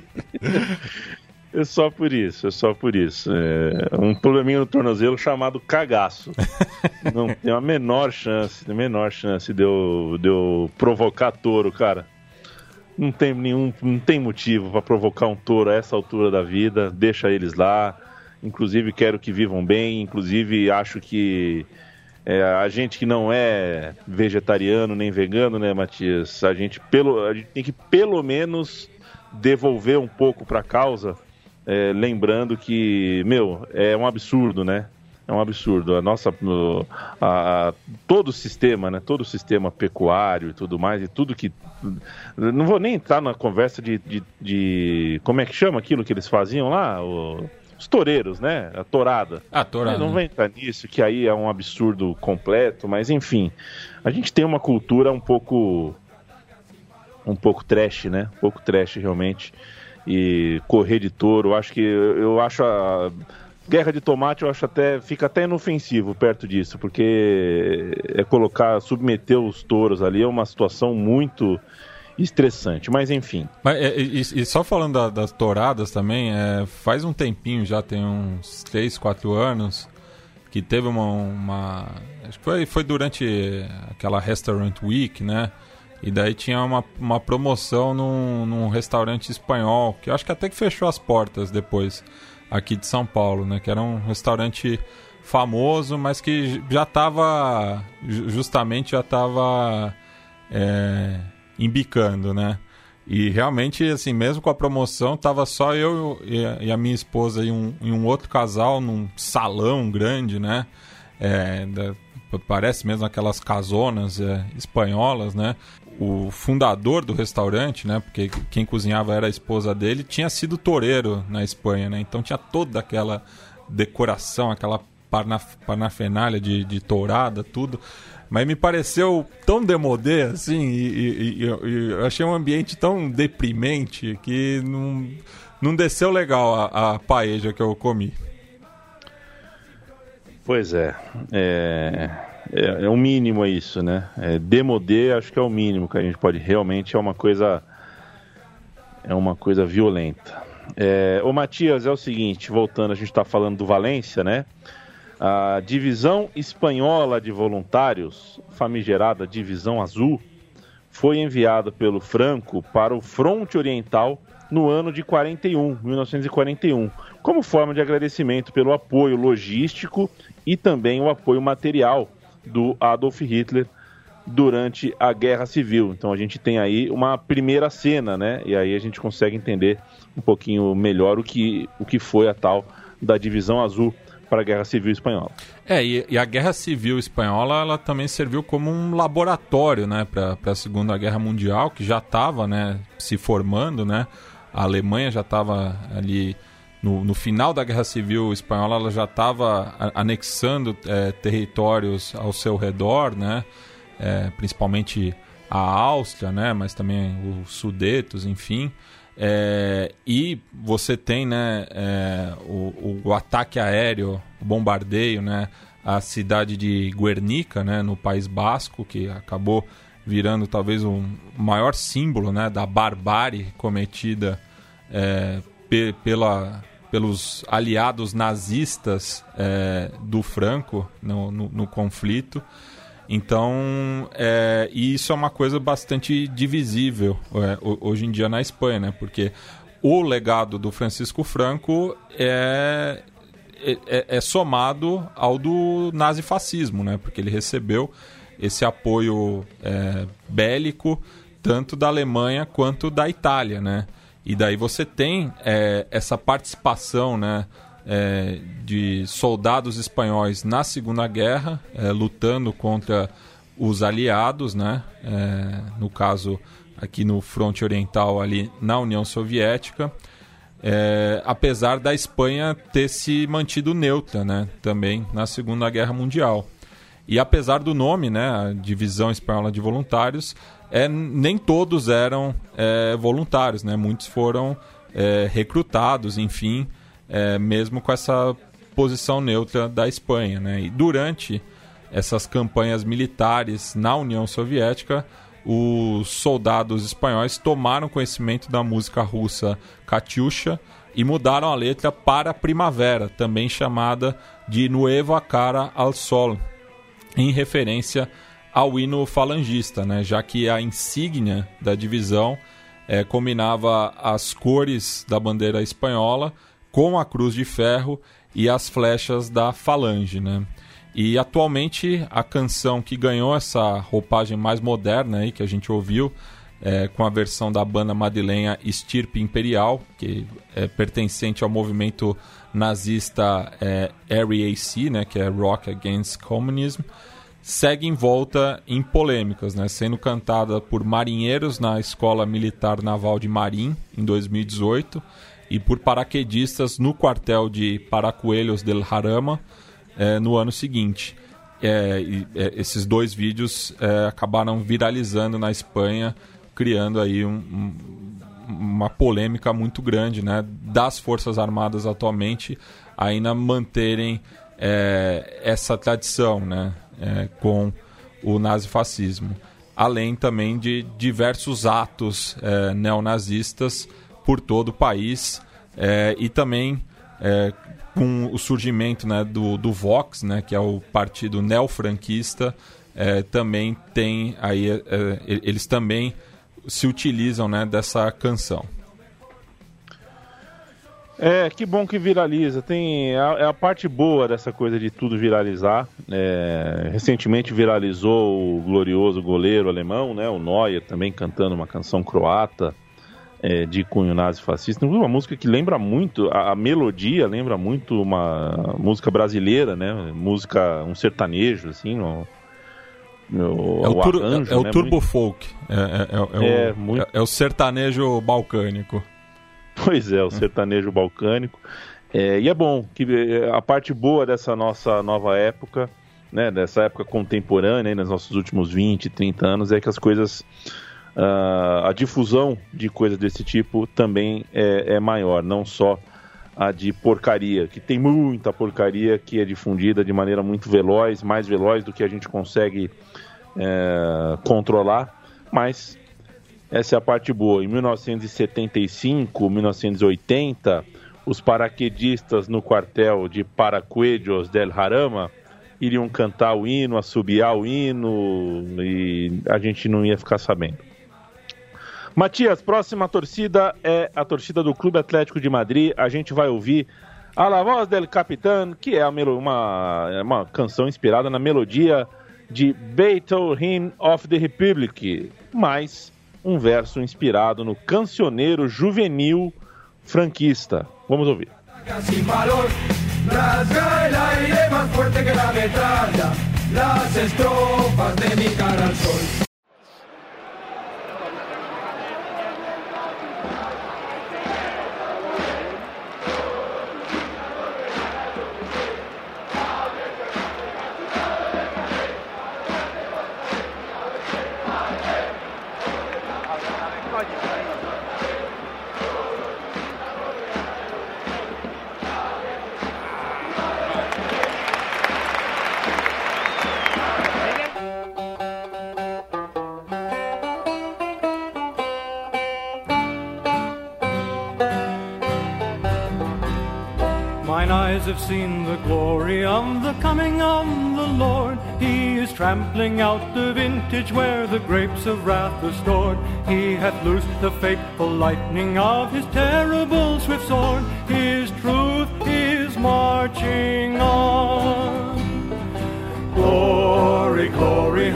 É só por isso, é só por isso. É um probleminha no tornozelo chamado cagaço. Não tem a menor chance, a menor chance de eu, de eu provocar touro, cara. Não tem nenhum, não tem motivo para provocar um touro a essa altura da vida. Deixa eles lá. Inclusive quero que vivam bem. Inclusive acho que É, a gente que não é vegetariano nem vegano, né, Matias? A gente, pelo, a gente tem que pelo menos devolver um pouco para a causa, é, lembrando que, meu, é um absurdo, né? É um absurdo. A nossa, a, a, todo o sistema, né? Todo o sistema pecuário e tudo mais, e tudo que... Não vou nem entrar na conversa de, de, de como é que chama aquilo que eles faziam lá? O... Os toureiros, né? A tourada. A tourada. Não vai entrar nisso, que aí é um absurdo completo, mas enfim. A gente tem uma cultura um pouco... Um pouco trash, né? Um pouco trash, realmente. E correr de touro, eu acho que... Eu acho a... Guerra de tomate, eu acho até... Fica até inofensivo perto disso, porque é colocar... Submeter os touros ali é uma situação muito... estressante, mas enfim. Mas, e, e só falando da, das touradas também, é, faz um tempinho já, tem uns três, quatro anos, que teve uma... uma acho que foi, foi durante aquela Restaurant Week, né? E daí tinha uma, uma promoção num, num restaurante espanhol, que eu acho que até que fechou as portas depois, aqui de São Paulo, né? Que era um restaurante famoso, mas que já estava, justamente já estava... É, embicando, né? E realmente, assim, mesmo com a promoção, tava só eu e a, e a minha esposa e um, e um outro casal num salão grande, né? É, da, parece mesmo aquelas casonas é, espanholas, né? O fundador do restaurante, né? Porque quem cozinhava era a esposa dele, tinha sido toureiro na Espanha, né? Então tinha toda aquela decoração, aquela parnaf- parnafenália de, de tourada, tudo. Mas me pareceu tão demodé, assim, e, e, e, e eu achei um ambiente tão deprimente que não, não desceu legal a, a paella que eu comi. Pois é, é, é, é o mínimo isso, né? É, demodé, acho que é o mínimo que a gente pode, realmente é uma coisa, é uma coisa violenta. É, ô Matias, é o seguinte, voltando, a gente está falando do Valência, né? A divisão espanhola de voluntários, famigerada divisão azul, foi enviado pelo Franco para o fronte oriental no ano de quarenta e um, mil novecentos e quarenta e um, como forma de agradecimento pelo apoio logístico e também o apoio material do Adolf Hitler durante a Guerra Civil. Então a gente tem aí uma primeira cena, né? E aí a gente consegue entender um pouquinho melhor o que, o que foi a tal da Divisão Azul para a Guerra Civil Espanhola. É, e, e a Guerra Civil Espanhola, ela também serviu como um laboratório, né, para a Segunda Guerra Mundial, que já estava, né, se formando, né? A Alemanha já estava ali no, no final da Guerra Civil Espanhola, ela já estava anexando é, territórios ao seu redor, né? É, principalmente a Áustria, né? Mas também os Sudetos, enfim. É, e você tem, né, é, o, o ataque aéreo, o bombardeio, né, à cidade de Guernica, né, no País Basco, que acabou virando talvez o maior símbolo, né, da barbárie cometida é, pe, pela, pelos aliados nazistas é, do Franco no, no, no conflito. Então, é, e isso é uma coisa bastante divisível é, hoje em dia na Espanha, né? Porque o legado do Francisco Franco é, é, é somado ao do nazifascismo, né? Porque ele recebeu esse apoio é, bélico tanto da Alemanha quanto da Itália, né? E daí você tem é, essa participação, né? É, de soldados espanhóis na Segunda Guerra, é, lutando contra os aliados, né? É, no caso aqui no fronte oriental, ali na União Soviética, é, apesar da Espanha ter se mantido neutra, né? Também na Segunda Guerra Mundial. E apesar do nome, né? A Divisão Espanhola de Voluntários, é, nem todos eram é, voluntários, né? Muitos foram é, recrutados, enfim, É, mesmo com essa posição neutra da Espanha, né? E durante essas campanhas militares na União Soviética, os soldados espanhóis tomaram conhecimento da música russa Katyusha e mudaram a letra para Primavera, também chamada de Nueva Cara al Sol, em referência ao hino falangista, né? Já que a insígnia da divisão é, combinava as cores da bandeira espanhola com a cruz de ferro e as flechas da falange, né? E atualmente a canção que ganhou essa roupagem mais moderna aí, que a gente ouviu, é, com a versão da banda madrilenha Estirpe Imperial, que é pertencente ao movimento nazista é, R A C, né, que é Rock Against Communism, segue envolta em polêmicas, né, sendo cantada por marinheiros na Escola Militar Naval de Marim em dois mil e dezoito, e por paraquedistas no quartel de Paracuellos del Jarama é, no ano seguinte. É, e, é, esses dois vídeos é, acabaram viralizando na Espanha, criando aí um, um, uma polêmica muito grande, né, das Forças Armadas atualmente ainda manterem é, essa tradição, né, é, com o nazifascismo, além também de diversos atos é, neonazistas por todo o país, é, e também é, com o surgimento, né, do, do Vox, né, que é o partido neofranquista, é, também tem aí, é, eles também se utilizam, né, dessa canção. É, que bom que viraliza. Tem a, é a parte boa dessa coisa de tudo viralizar. É, recentemente viralizou o glorioso goleiro alemão, né, o Neuer, também cantando uma canção croata, É, de cunho nazi-fascista, uma música que lembra muito, a, a melodia lembra muito uma música brasileira, né? Música, um sertanejo, assim, no, no, é o, o tur, arranjo, é, é o né? turbo muito... folk, é, é, é, é, o, muito... é, é o sertanejo balcânico. Pois é, o sertanejo balcânico. É, e é bom que a parte boa dessa nossa nova época, né? Dessa época contemporânea, aí, nos nossos últimos vinte, trinta anos, é que as coisas Uh, a difusão de coisas desse tipo também é, é maior, não só a de porcaria, que tem muita porcaria que é difundida de maneira muito veloz, mais veloz do que a gente consegue é, controlar, mas essa é a parte boa. Em mil novecentos e setenta e cinco, mil novecentos e oitenta, os paraquedistas no quartel de Paracuellos del Jarama iriam cantar o hino, assobiar o hino, e a gente não ia ficar sabendo. Matias, próxima torcida é a torcida do Clube Atlético de Madrid. A gente vai ouvir A La Voz del Capitán, que é uma, uma canção inspirada na melodia de Beethoven of the Republic, mais um verso inspirado no cancioneiro juvenil franquista. Vamos ouvir. Sin valor, rasga el aire más fuerte que la metralla, las estrofas de mi cara al sol. Mine eyes have seen the glory of the coming of the Lord. He is trampling out the vintage where the grapes of wrath are stored. He hath loosed the fateful lightning of his terrible swift sword. His truth is marching on. Glory, glory,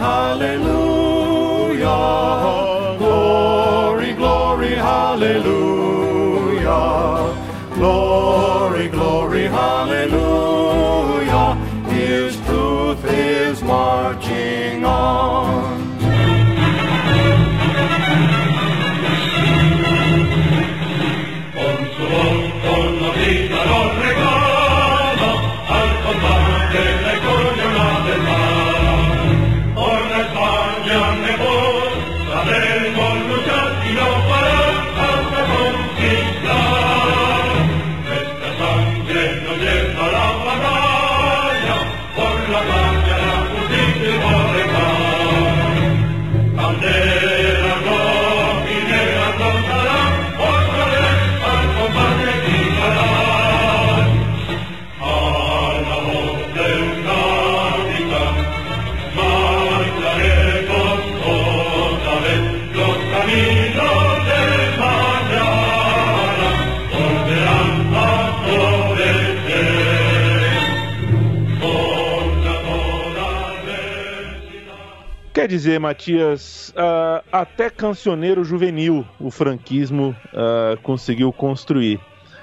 hallelujah. Glory, glory, hallelujah. Glory, glory, hallelujah. His truth is marching on. Con su voz, con la vida nos regala al combate la corona del mar. Por la España mejor sabemos luchar y no parar hasta conquistar. Nuestra sangre nos lleva a la batalla, por la patria la justicia y por el paz. Bandera rojinegra flotará, otra vez al combate gritarán. A la voz del capitán marcharemos otra vez los caminos de mañana, volverán a florecer contra toda adversidad. Quer dizer, Matias, uh, até cancioneiro juvenil o franquismo uh, conseguiu construir.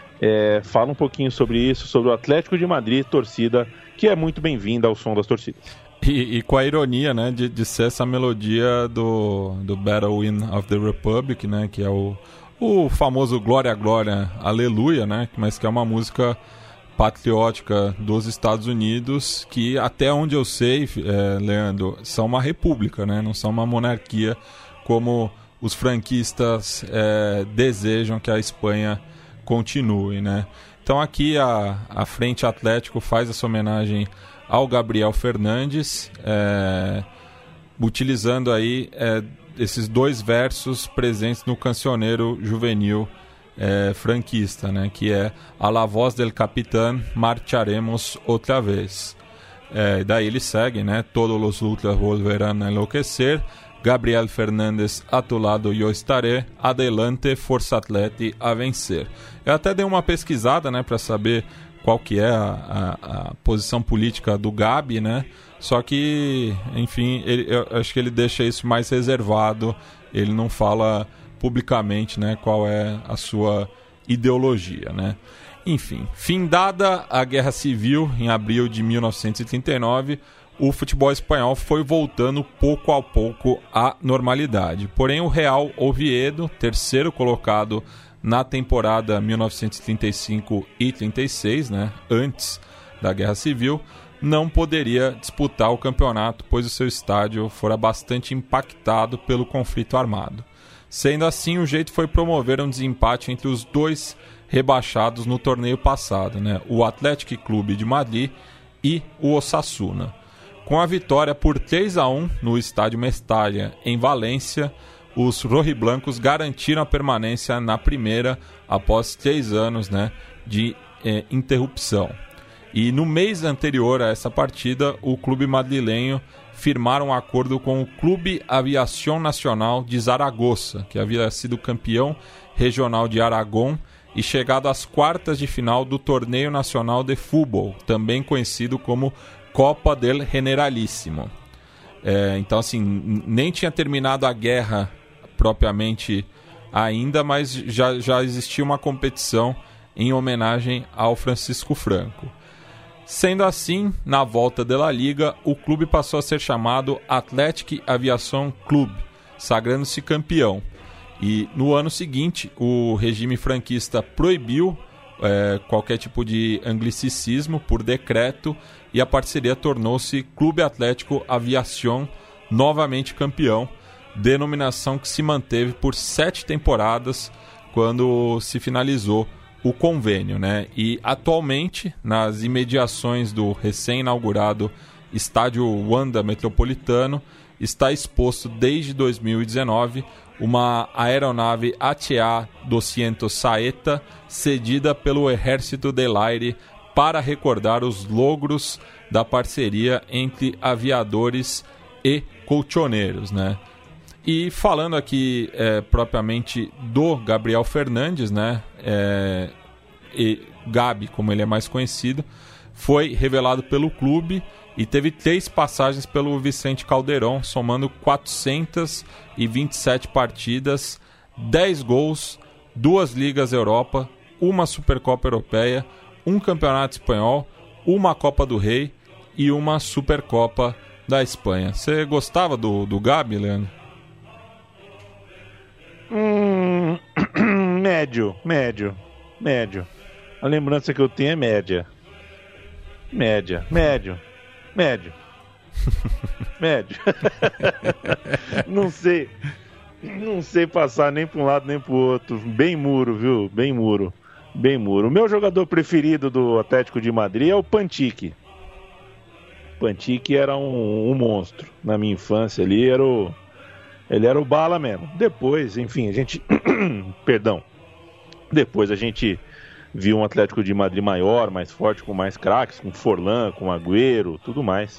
É, fala um pouquinho sobre isso, sobre o Atlético de Madrid, torcida que é muito bem-vinda ao som das torcidas. E, e com a ironia, né, de, de ser essa melodia do, do Battle Hymn of the Republic, né, que é o, o famoso Glória, Glória, Aleluia, né, mas que é uma música patriótica dos Estados Unidos, que até onde eu sei, é, Leandro, são uma república, né, não são uma monarquia como os franquistas é, desejam que a Espanha continue, né. Então aqui a, a Frente Atlético faz essa homenagem ao Gabriel Fernandes, é, utilizando aí é, esses dois versos presentes no cancioneiro juvenil é, franquista, né, que é A la voz del capitán marcharemos outra vez. É, daí ele segue, né, todos los ultras volverán a enlouquecer, Gabriel Fernandes a tu lado yo estaré, adelante, Força Atleti a vencer. Eu até dei uma pesquisada, né, para saber qual que é a, a, a posição política do Gabi, né? Só que, enfim, ele, eu acho que ele deixa isso mais reservado, ele não fala publicamente, né, qual é a sua ideologia, né? Enfim, findada a Guerra Civil em abril de mil novecentos e trinta e nove, o futebol espanhol foi voltando pouco a pouco à normalidade. Porém, o Real Oviedo, terceiro colocado na temporada mil novecentos e trinta e cinco e trinta e seis, né, antes da Guerra Civil, não poderia disputar o campeonato, pois o seu estádio fora bastante impactado pelo conflito armado. Sendo assim, o jeito foi promover um desempate entre os dois rebaixados no torneio passado, né, o Athletic Clube de Madrid e o Osasuna. Com a vitória por três a um no estádio Mestalla, em Valência, os rojiblancos garantiram a permanência na primeira após três anos, né, de eh, interrupção. E no mês anterior a essa partida, o clube madrilenho firmaram um acordo com o Clube Aviación Nacional de Zaragoza, que havia sido campeão regional de Aragón e chegado às quartas de final do Torneio Nacional de Futebol, também conhecido como Copa del Generalísimo. É, então, assim, nem tinha terminado a guerra propriamente ainda, mas já, já existia uma competição em homenagem ao Francisco Franco. Sendo assim, na volta da La Liga, o clube passou a ser chamado Athletic Aviation Club, sagrando-se campeão. E no ano seguinte, o regime franquista proibiu é, qualquer tipo de anglicismo por decreto e a parceria tornou-se Clube Atlético Aviación, novamente campeão, denominação que se manteve por sete temporadas quando se finalizou o convênio, né? E atualmente, nas imediações do recém-inaugurado Estádio Wanda Metropolitano, está exposto desde dois mil e dezenove uma aeronave A T A duzentos Saeta cedida pelo Ejército del Aire para recordar os logros da parceria entre aviadores e colchoneiros, né? E falando aqui é, propriamente do Gabriel Fernandes, né? É, e Gabi, como ele é mais conhecido, foi revelado pelo clube e teve três passagens pelo Vicente Calderón, somando quatrocentas e vinte e sete partidas, dez gols, duas Ligas Europa, uma Supercopa Europeia, um Campeonato Espanhol, uma Copa do Rei e uma Supercopa da Espanha. Você gostava do, do Gabi, Leandro? Hum, médio, médio, médio. A lembrança que eu tenho é média. Média, médio. Médio. Médio. Não sei. Não sei passar nem para um lado nem para o outro. Bem muro, viu? Bem muro. Bem muro. O meu jogador preferido do Atlético de Madrid é o Pantique. Pantique era um, um monstro. Na minha infância ali era o... Ele era o bala mesmo. Depois, enfim, a gente... Perdão. Depois a gente viu um Atlético de Madrid maior, mais forte, com mais craques, com Forlán, com Agüero, tudo mais.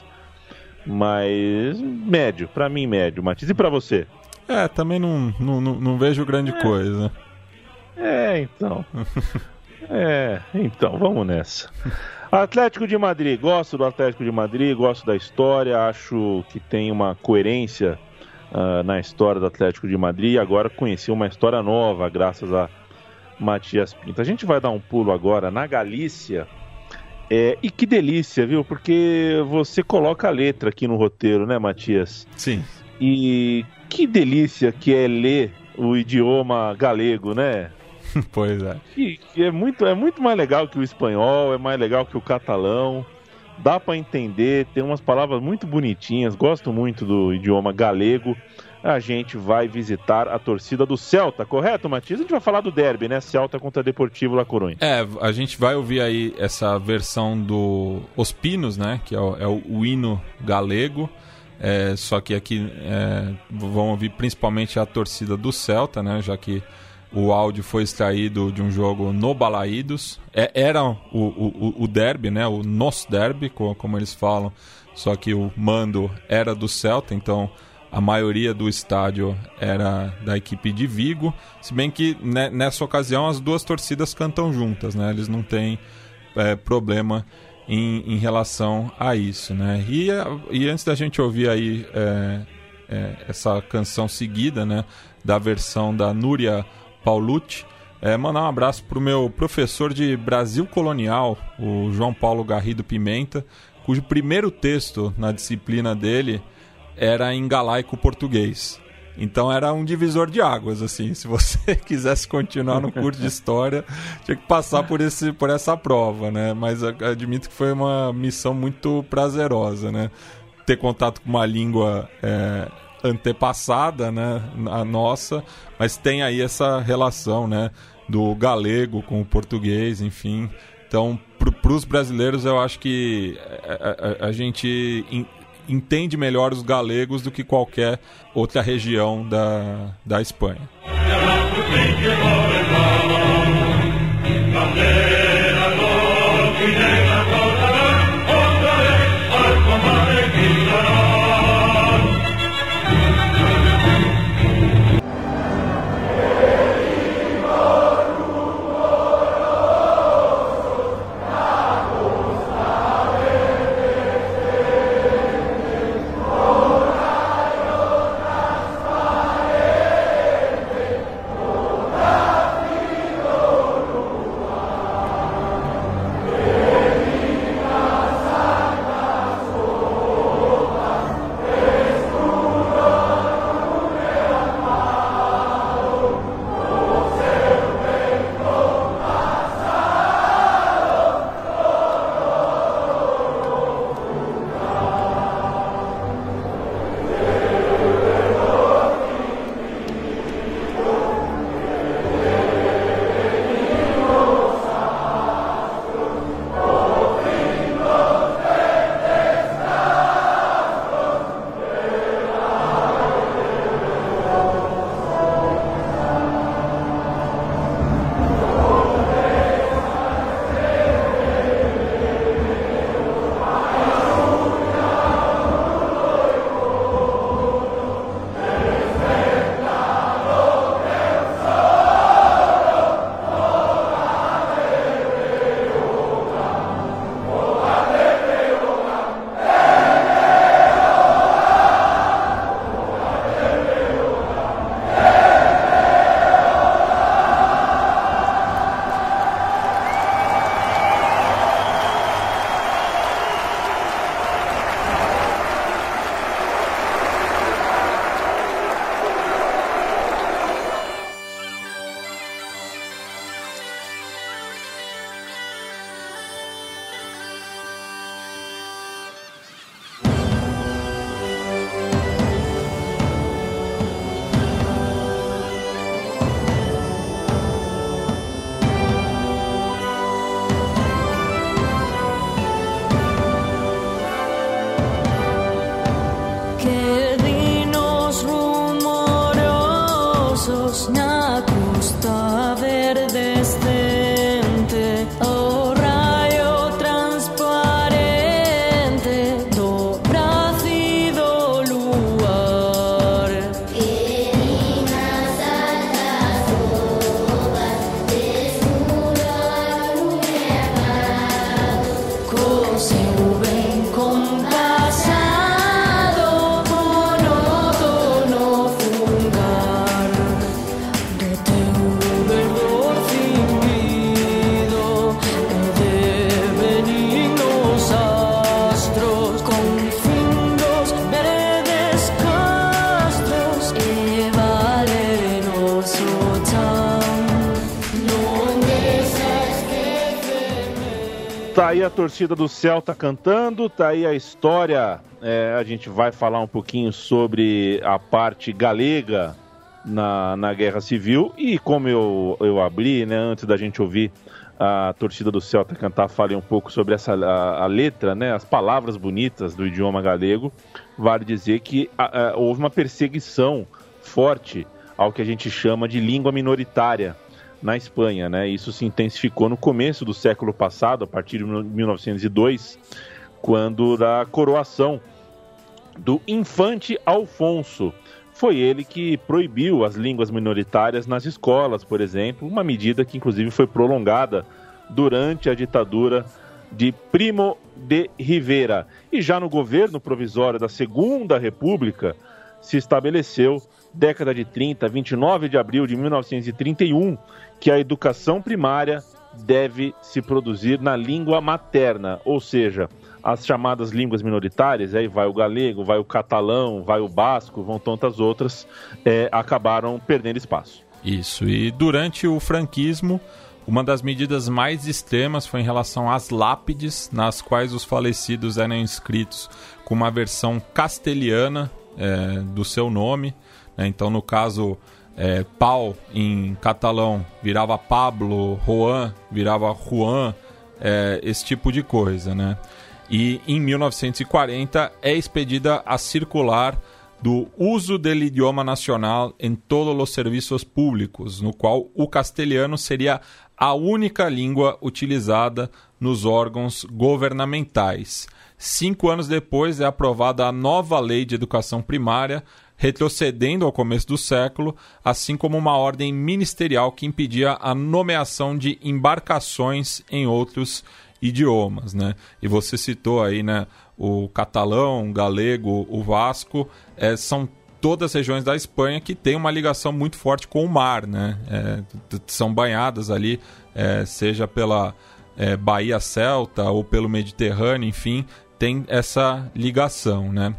Mas médio, pra mim médio, Matias. E pra você? É, também não, não, não, não vejo grande é. coisa. É, então. É, então, vamos nessa. Atlético de Madrid, gosto do Atlético de Madrid, gosto da história, acho que tem uma coerência uh, na história do Atlético de Madrid. Agora conheci uma história nova, graças a Matias Pinto. A gente vai dar um pulo agora na Galícia. É, e que delícia, viu? Porque você coloca a letra aqui no roteiro, né, Matias? Sim. E que delícia que é ler o idioma galego, né? Pois é. E, e é, muito, é muito mais legal que o espanhol, é mais legal que o catalão. Dá pra entender, tem umas palavras muito bonitinhas. Gosto muito do idioma galego. A gente vai visitar a torcida do Celta, correto, Matias? A gente vai falar do derby, né? Celta contra Deportivo La Coruña. É, a gente vai ouvir aí essa versão do Os Pinos, né? Que é o, é o, o hino galego. É, só que aqui é, vão ouvir principalmente a torcida do Celta, né? Já que o áudio foi extraído de um jogo no Balaídos. É, era o, o, o derby, né? O nosso derby, como eles falam. Só que o mando era do Celta, então a maioria do estádio era da equipe de Vigo, se bem que né, nessa ocasião as duas torcidas cantam juntas, né? Eles não têm é, problema em, em relação a isso, né? E, e antes da gente ouvir aí é, é, essa canção seguida, né, da versão da Núria Paulucci, é, mandar um abraço para o meu professor de Brasil Colonial, o João Paulo Garrido Pimenta, cujo primeiro texto na disciplina dele era em galaico português. Então era um divisor de águas, assim. Se você quisesse continuar no curso de história, tinha que passar por, esse, por essa prova, né? Mas admito que foi uma missão muito prazerosa, né? Ter contato com uma língua é, antepassada, né? A nossa, mas tem aí essa relação, né? Do galego com o português, enfim. Então, para os brasileiros, eu acho que a, a, a gente entende melhor os galegos do que qualquer outra região da, da Espanha. incandescente, oh rayo transparente do nacido luar. Meninas altas ropas, desnudo al mercado, Co seu ben compasado, monótono fungar do teu verdor fingido e de benignos astros, con findos verdes castros e valenoso chan, non deixas que Tá aí a torcida do Celta cantando, tá aí a história. É, a gente vai falar um pouquinho sobre a parte galega na, na Guerra Civil. E como eu, eu abri, né, antes da gente ouvir a torcida do Celta cantar, falei um pouco sobre essa, a, a letra, né, as palavras bonitas do idioma galego. Vale dizer que a, a, houve uma perseguição forte ao que a gente chama de língua minoritária na Espanha, né? Isso se intensificou no começo do século passado, a partir de mil novecentos e dois, quando da coroação do infante Alfonso. Foi ele que proibiu as línguas minoritárias nas escolas, por exemplo, uma medida que inclusive foi prolongada durante a ditadura de Primo de Rivera. E já no governo provisório da Segunda República se estabeleceu, década de trinta, vinte e nove de abril de mil novecentos e trinta e um, que a educação primária deve se produzir na língua materna, ou seja, as chamadas línguas minoritárias, aí vai o galego, vai o catalão, vai o basco, vão tantas outras, é, acabaram perdendo espaço. Isso, e durante o franquismo, uma das medidas mais extremas foi em relação às lápides, nas quais os falecidos eram inscritos com uma versão castelhana é, do seu nome, né? Então, no caso, é, Pau em catalão virava Pablo, Juan virava Juan, é, esse tipo de coisa, né? E em mil novecentos e quarenta é expedida a circular do uso do idioma nacional em todos os serviços públicos, no qual o castelhano seria a única língua utilizada nos órgãos governamentais. Cinco anos depois é aprovada a nova lei de educação primária, retrocedendo ao começo do século, assim como uma ordem ministerial que impedia a nomeação de embarcações em outros idiomas, né? E você citou aí, né, o catalão, o galego, o vasco, é, são todas as regiões da Espanha que têm uma ligação muito forte com o mar, né? É, são banhadas ali, é, seja pela é, Baía Celta ou pelo Mediterrâneo, enfim, tem essa ligação, né?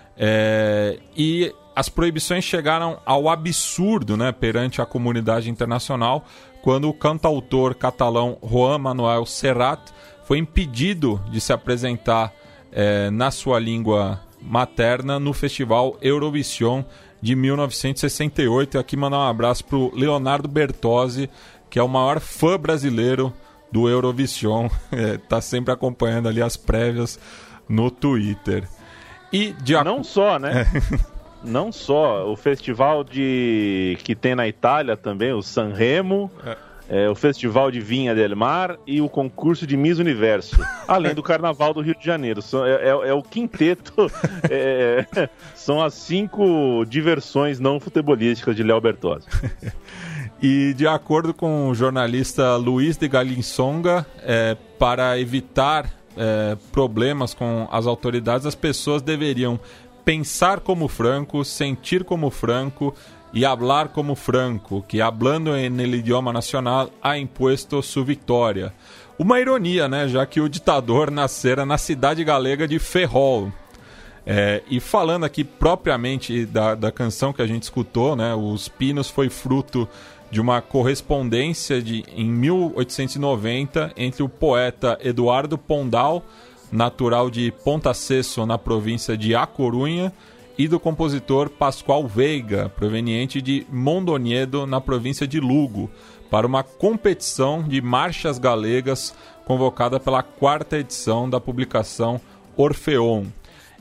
É, e as proibições chegaram ao absurdo, né, perante a comunidade internacional, quando o cantautor catalão Joan Manuel Serrat foi impedido de se apresentar é, na sua língua materna no Festival Eurovision de mil novecentos e sessenta e oito. E aqui mandar um abraço para o Leonardo Bertozzi, que é o maior fã brasileiro do Eurovision, está é, sempre acompanhando ali as prévias no Twitter. E de ac... Não só, né? Não só. O festival de que tem na Itália também, o Sanremo, é. É, o Festival de Vinha del Mar e o concurso de Miss Universo, além do Carnaval do Rio de Janeiro. É, é, é o quinteto, é, são as cinco diversões não futebolísticas de Léo Bertozzi. E de acordo com o jornalista Luiz de Galinçonga, é, para evitar é, problemas com as autoridades, as pessoas deveriam pensar como franco, sentir como franco e hablar como franco, que hablando en el idioma nacional ha impuesto su victoria. Uma ironia, né? Já que o ditador nascera na cidade galega de Ferrol. É, e falando aqui propriamente da, da canção que a gente escutou, né? Os Pinos foi fruto de uma correspondência de, em mil oitocentos e noventa entre o poeta Eduardo Pondal, natural de Pontecesso, na província de A Corunha, e do compositor Pascoal Veiga, proveniente de Mondoñedo, na província de Lugo, para uma competição de marchas galegas convocada pela quarta edição da publicação Orfeón.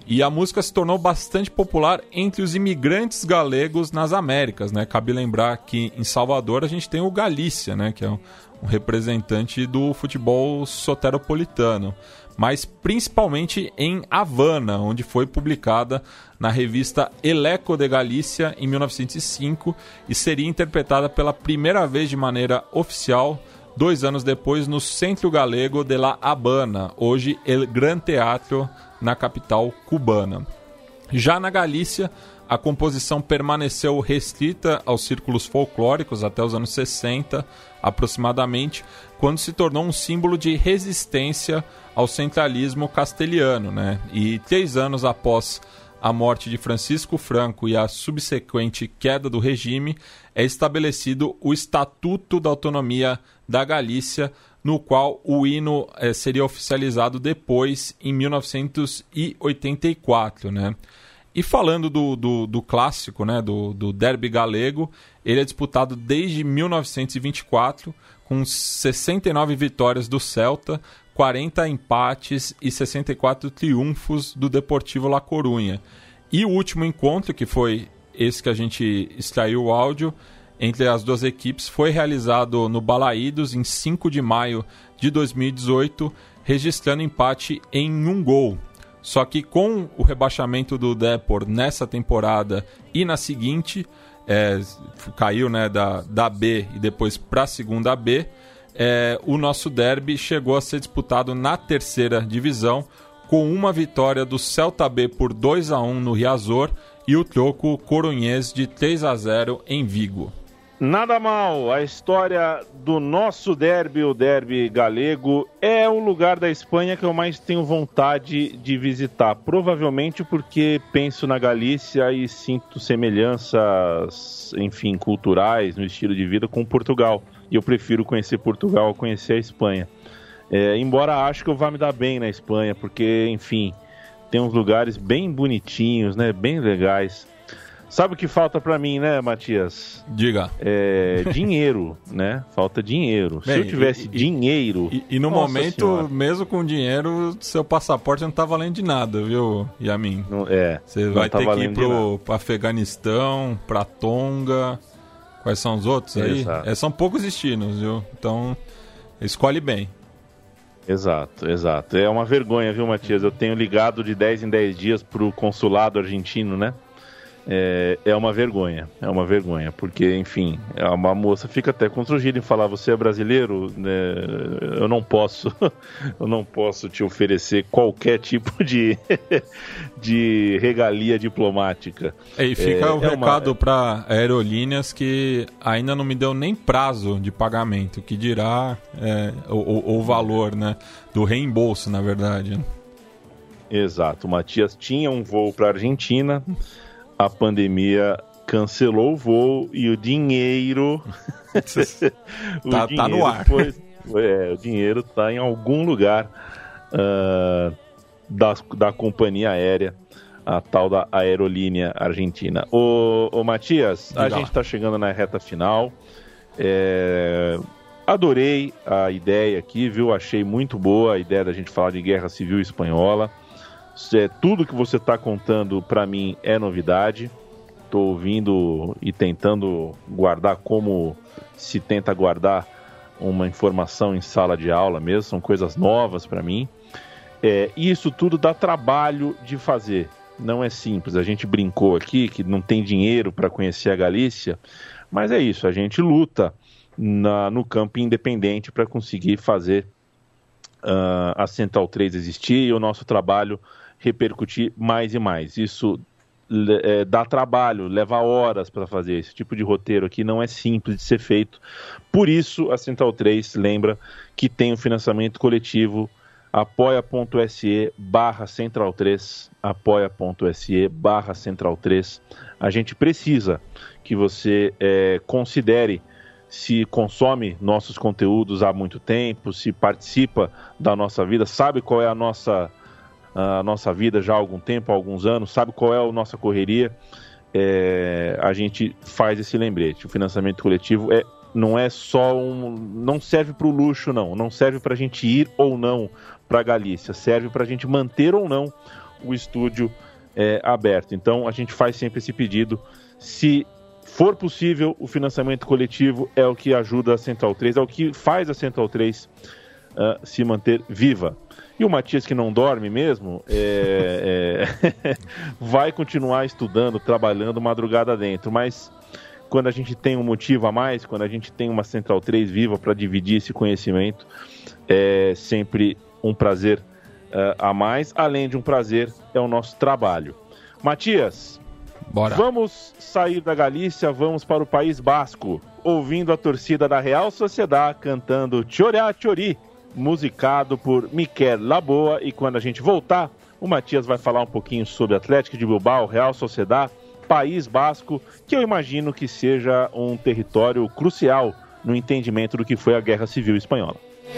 E a música se tornou bastante popular entre os imigrantes galegos nas Américas, né? Cabe lembrar que em Salvador a gente tem o Galícia, né? Que é um, um representante do futebol soteropolitano, mas principalmente em Havana, onde foi publicada na revista El Eco de Galícia em mil novecentos e cinco e seria interpretada pela primeira vez de maneira oficial dois anos depois no Centro Galego de La Habana, hoje El Gran Teatro, na capital cubana. Já na Galícia, a composição permaneceu restrita aos círculos folclóricos até os anos sessenta, aproximadamente, quando se tornou um símbolo de resistência ao centralismo castelhano, né? E três anos após a morte de Francisco Franco e a subsequente queda do regime, é estabelecido o Estatuto da Autonomia da Galícia, no qual o hino eh, seria oficializado depois, em mil novecentos e oitenta e quatro, né? E falando do, do, do clássico, né, do, do derby galego, ele é disputado desde mil novecentos e vinte e quatro, com sessenta e nove vitórias do Celta, quarenta empates e sessenta e quatro triunfos do Deportivo La Coruña. E o último encontro, que foi esse que a gente extraiu o áudio, entre as duas equipes, foi realizado no Balaídos em cinco de maio de dois mil e dezoito, registrando empate em um gol. Só que com o rebaixamento do Depor nessa temporada e na seguinte, é, caiu, né, da, da B e depois para a segunda B, é, o nosso derby chegou a ser disputado na terceira divisão, com uma vitória do Celta B por dois a um no Riazor e o troco coronhês de três a zero em Vigo. Nada mal, a história do nosso derby, o derby galego, é o lugar da Espanha que eu mais tenho vontade de visitar. Provavelmente porque penso na Galícia e sinto semelhanças, enfim, culturais, no estilo de vida com Portugal. E eu prefiro conhecer Portugal a conhecer a Espanha. É, embora acho que eu vá me dar bem na Espanha, porque, enfim, tem uns lugares bem bonitinhos, né, bem legais. Sabe o que falta pra mim, né, Matias? Diga. É, dinheiro, né? Falta dinheiro. Bem, Se eu tivesse e, dinheiro... E, e no momento, senhora, mesmo com dinheiro, seu passaporte não tá valendo de nada, viu, Yamin? Não, é. Você vai tá ter que ir pro, pro Afeganistão, pra Tonga... Quais são os outros aí? É, são poucos destinos, viu? Então, escolhe bem. Exato, exato. É uma vergonha, viu, Matias? Eu tenho ligado de dez em dez dias pro consulado argentino, né? É, é uma vergonha, é uma vergonha, porque, enfim, uma moça fica até constrangida em falar, você é brasileiro, né? Eu não posso, eu não posso te oferecer qualquer tipo de, de regalia diplomática. E fica é, o é recado uma... para aerolíneas que ainda não me deu nem prazo de pagamento, que dirá é, o, o valor, né, do reembolso, na verdade. Exato, o Matias tinha um voo para a Argentina. A pandemia cancelou o voo e o dinheiro... o tá, dinheiro tá no ar. Foi, foi, é, o dinheiro está em algum lugar uh, da, da companhia aérea, a tal da aerolínea argentina. Ô, ô Matias, Diga a lá. gente está chegando na reta final. É, adorei a ideia aqui, viu? Achei muito boa a ideia da gente falar de guerra civil espanhola. É, tudo que você está contando para mim é novidade. Estou ouvindo e tentando guardar como se tenta guardar uma informação em sala de aula mesmo. São coisas novas para mim. É, e isso tudo dá trabalho de fazer. Não é simples. A gente brincou aqui que não tem dinheiro para conhecer a Galícia, mas é isso. A gente luta na, no campo independente para conseguir fazer uh, a Central três existir e o nosso trabalho repercutir mais e mais. Isso é, dá trabalho, leva horas para fazer. Esse tipo de roteiro aqui não é simples de ser feito. Por isso, a Central três lembra que tem o um financiamento coletivo, apoia.se barra Central três, apoia.se barra Central três. A gente precisa que você é, considere se consome nossos conteúdos há muito tempo, se participa da nossa vida, sabe qual é a nossa... a nossa vida já há algum tempo, há alguns anos, sabe qual é a nossa correria, é, a gente faz esse lembrete. O financiamento coletivo é, não é só um... não serve para o luxo, não. Não serve para a gente ir ou não para a Galícia. Serve para a gente manter ou não o estúdio é, aberto. Então a gente faz sempre esse pedido. Se for possível, o financiamento coletivo é o que ajuda a Central três, é o que faz a Central três uh, se manter viva. E o Matias, que não dorme mesmo, é, é, vai continuar estudando, trabalhando madrugada dentro. Mas quando a gente tem um motivo a mais, quando a gente tem uma Central três viva para dividir esse conhecimento, é sempre um prazer uh, a mais. Além de um prazer, é o nosso trabalho. Matias, bora. Vamos sair da Galícia, vamos para o País Basco, ouvindo a torcida da Real Sociedad cantando Chorá Chori, musicado por Miquel Laboa. E quando a gente voltar, o Matias vai falar um pouquinho sobre Atlético de Bilbao, Real Sociedad, País Basco, que eu imagino que seja um território crucial no entendimento do que foi a Guerra Civil Espanhola.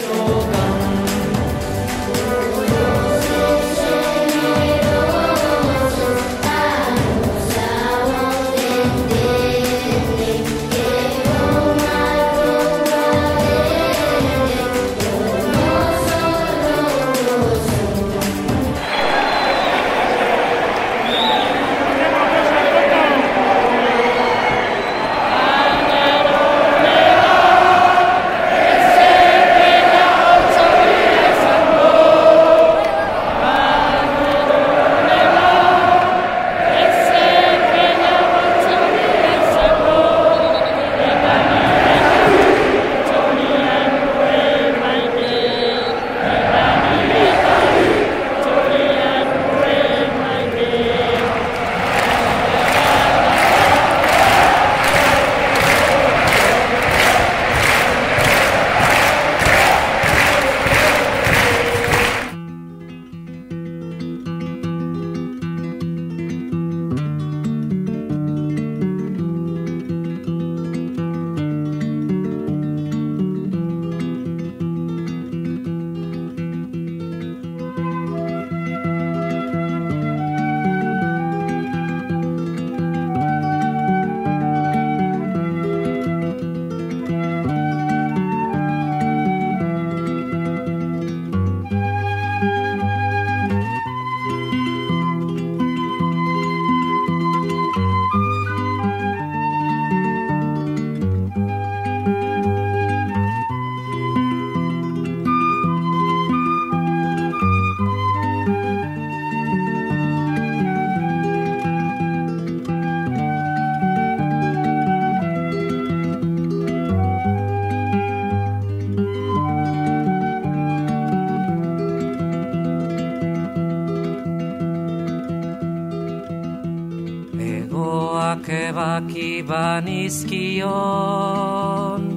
Banizkion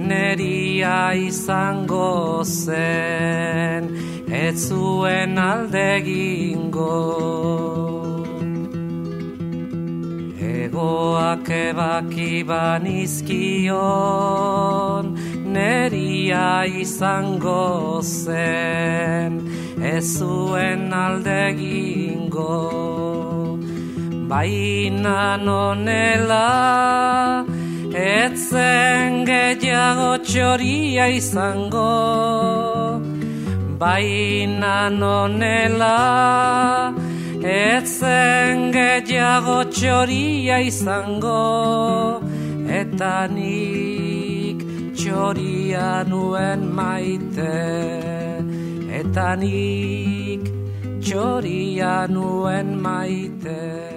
neria izango zen, ez zuen alde egingo. Egoak ebaki banizkion neria izango zen, ez zuen alde egingo. Baina nonela, etzen gehiago txoria izango. Baina nonela, etzen gehiago txoria izango. Eta nik txoria nuen maite. Eta nik txoria nuen maite.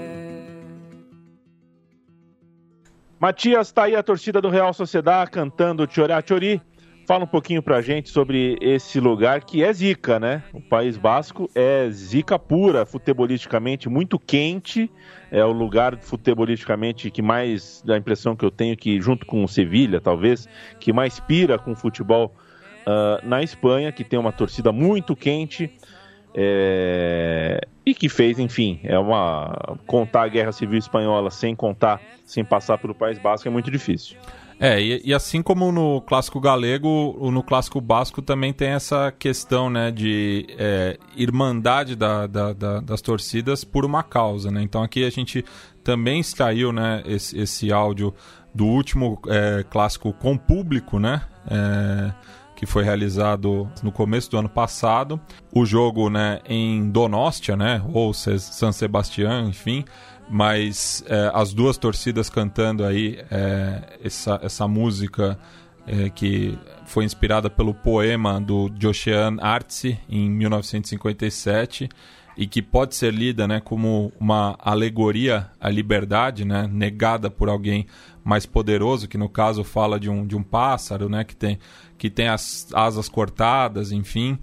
Matias, tá aí a torcida do Real Sociedad cantando Chorá Chori. Fala um pouquinho pra gente sobre esse lugar que é zica, né? O País Basco é zica pura, futebolisticamente, muito quente. É o lugar futebolisticamente que mais, dá a impressão que eu tenho, que junto com o Sevilha, talvez, que mais pira com o futebol uh, na Espanha, que tem uma torcida muito quente. É... e que fez, enfim, é uma contar a Guerra Civil Espanhola sem contar, sem passar pelo País Basco é muito difícil. É, e, e assim como no clássico galego, no clássico basco também tem essa questão, né, de é, irmandade da, da, da, das torcidas por uma causa, né? Então aqui a gente também extraiu, né, esse, esse áudio do último é, clássico com público, né? É, que foi realizado no começo do ano passado. O jogo, né, em Donostia, né, ou San Sebastián, enfim, mas é, as duas torcidas cantando aí é, essa, essa música é, que foi inspirada pelo poema do Josean Artzi em mil novecentos e cinquenta e sete e que pode ser lida, né, como uma alegoria à liberdade, né, negada por alguém mais poderoso, que no caso fala de um, de um pássaro, né, que tem, que tem as asas cortadas, enfim.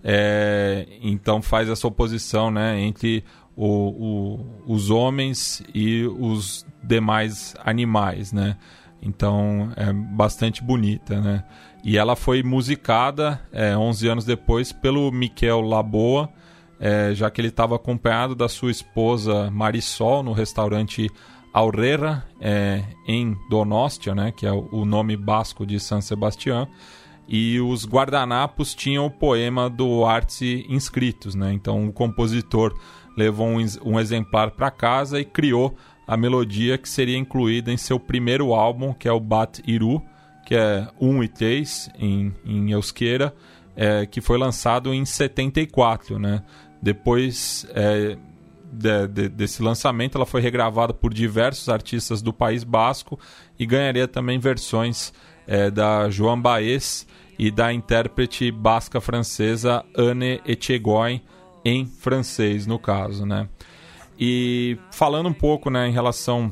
É, então faz essa oposição, né, entre o, o, os homens e os demais animais, né? Então é bastante bonita, né? E ela foi musicada é, onze anos depois pelo Miquel Laboa, é, já que ele estava acompanhado da sua esposa Marisol no restaurante Aurrera, é, em Donostia, né, que é o nome basco de San Sebastián, e os guardanapos tinham o poema do Artzi inscritos, né? Então o compositor levou um, um exemplar para casa e criou a melodia que seria incluída em seu primeiro álbum, que é o Bat Iru, que é um e três em, em euskera, é, que foi lançado em setenta e quatro, né? Depois é, de, de, desse lançamento, ela foi regravada por diversos artistas do País Basco e ganharia também versões é, da Joan Baez e da intérprete basca francesa Anne Etchegoyen, em francês, no caso, né? E falando um pouco, né, em relação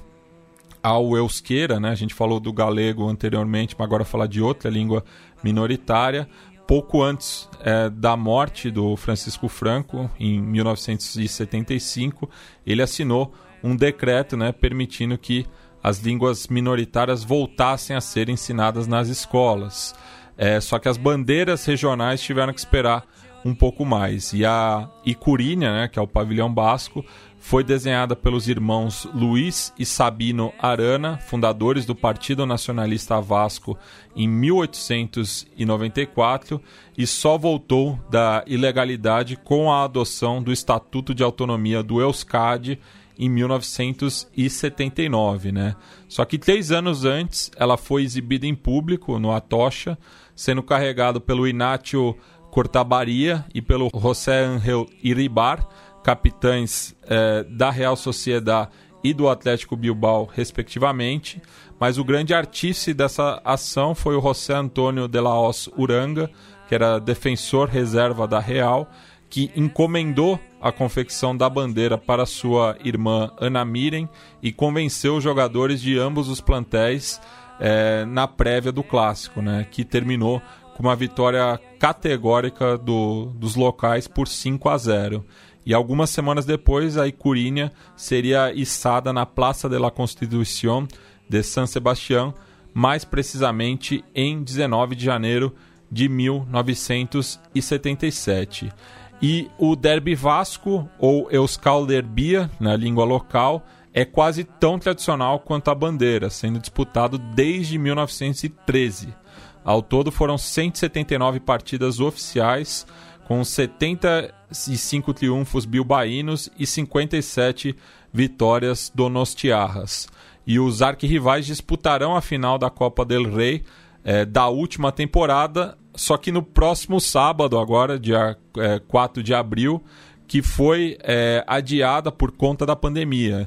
ao euskera, né? A gente falou do galego anteriormente, mas agora falar de outra língua minoritária. Pouco antes é, da morte do Francisco Franco, em mil novecentos e setenta e cinco, ele assinou um decreto, né, permitindo que as línguas minoritárias voltassem a ser ensinadas nas escolas. É, só que as bandeiras regionais tiveram que esperar um pouco mais. E a Icurinha, né, que é o pavilhão basco, foi desenhada pelos irmãos Luiz e Sabino Arana, fundadores do Partido Nacionalista Vasco, em mil oitocentos e noventa e quatro, e só voltou da ilegalidade com a adoção do Estatuto de Autonomia do Euskadi em mil novecentos e setenta e nove, né? Só que três anos antes ela foi exibida em público no Atocha, sendo carregado pelo Inácio Cortabaria e pelo José Ángel Iribar, capitães eh, da Real Sociedad e do Atlético Bilbao, respectivamente. Mas o grande artífice dessa ação foi o José Antônio de la Hoz Uranga, que era defensor reserva da Real, que encomendou a confecção da bandeira para sua irmã Ana Miren e convenceu os jogadores de ambos os plantéis eh, na prévia do clássico, né, que terminou com uma vitória categórica do, dos locais por cinco a zero. E algumas semanas depois, a Icurinha seria içada na Praça de la Constitución de San Sebastián, mais precisamente em dezenove de janeiro de mil novecentos e setenta e sete. E o Derby Vasco, ou Euskal Derbia, na língua local, é quase tão tradicional quanto a bandeira, sendo disputado desde mil novecentos e treze. Ao todo foram cento e setenta e nove partidas oficiais, com setenta e cinco triunfos bilbaínos e cinquenta e sete vitórias donostiarras. E os arquirrivais disputarão a final da Copa del Rei eh, da última temporada, só que no próximo sábado, agora, dia eh, quatro de abril, que foi eh, adiada por conta da pandemia.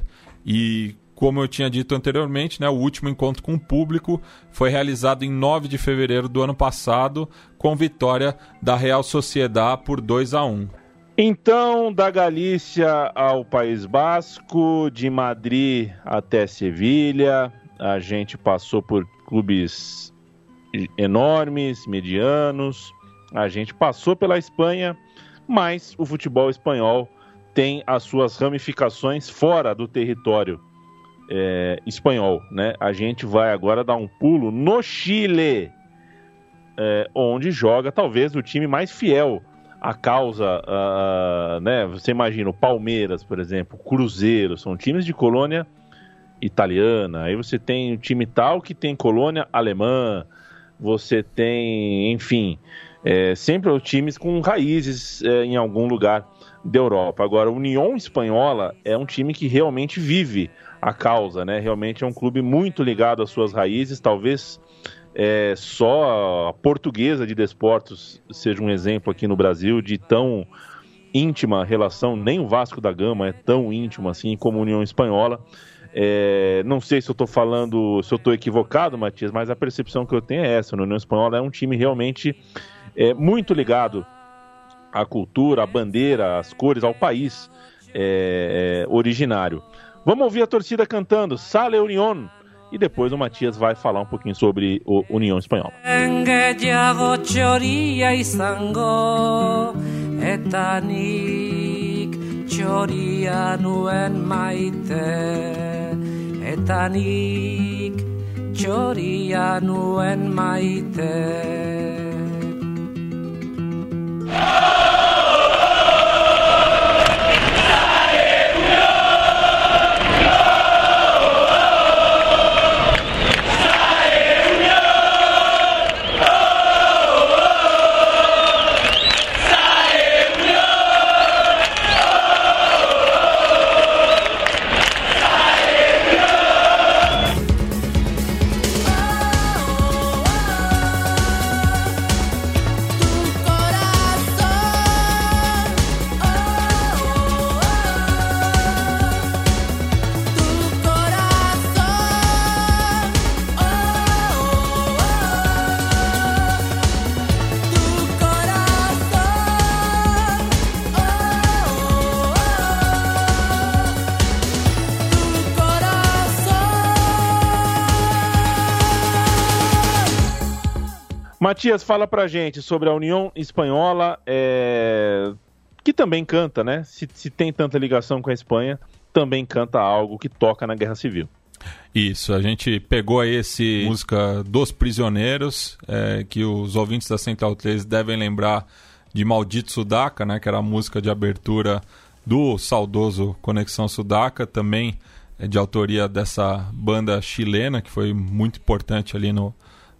E como eu tinha dito anteriormente, né, o último encontro com o público foi realizado em nove de fevereiro do ano passado, com vitória da Real Sociedad por dois a um. Então, da Galícia ao País Basco, de Madrid até Sevilha, a gente passou por clubes enormes, medianos, a gente passou pela Espanha, mas o futebol espanhol tem as suas ramificações fora do território É, espanhol, né? A gente vai agora dar um pulo no Chile, é, onde joga talvez o time mais fiel à causa, uh, né? Você imagina o Palmeiras, por exemplo, Cruzeiro, são times de colônia italiana. Aí você tem o time tal que tem colônia alemã, você tem, enfim, é, sempre os times com raízes é, em algum lugar da Europa. Agora, a União Espanhola é um time que realmente vive a causa, né? Realmente é um clube muito ligado às suas raízes, talvez é, só a Portuguesa de Desportos seja um exemplo aqui no Brasil de tão íntima relação, nem o Vasco da Gama é tão íntimo assim como a União Espanhola. É, não sei se eu estou falando, se eu estou equivocado, Matias, mas a percepção que eu tenho é essa. A União Espanhola é um time realmente é, muito ligado à cultura, à bandeira, às cores, ao país é, é, originário. Vamos ouvir a torcida cantando Sale Unión e depois o Matias vai falar um pouquinho sobre o União Espanhola. Txoria nuen maite, eta nik txoria nuen maite. Matias, fala pra gente sobre a União Espanhola, é... que também canta, né? Se, se tem tanta ligação com a Espanha, também canta algo que toca na Guerra Civil. Isso, a gente pegou aí essa música Dos Prisioneiros, é, que os ouvintes da Central três devem lembrar de Maldito Sudaca, né? Que era a música de abertura do saudoso Conexão Sudaca, também é de autoria dessa banda chilena, que foi muito importante ali no...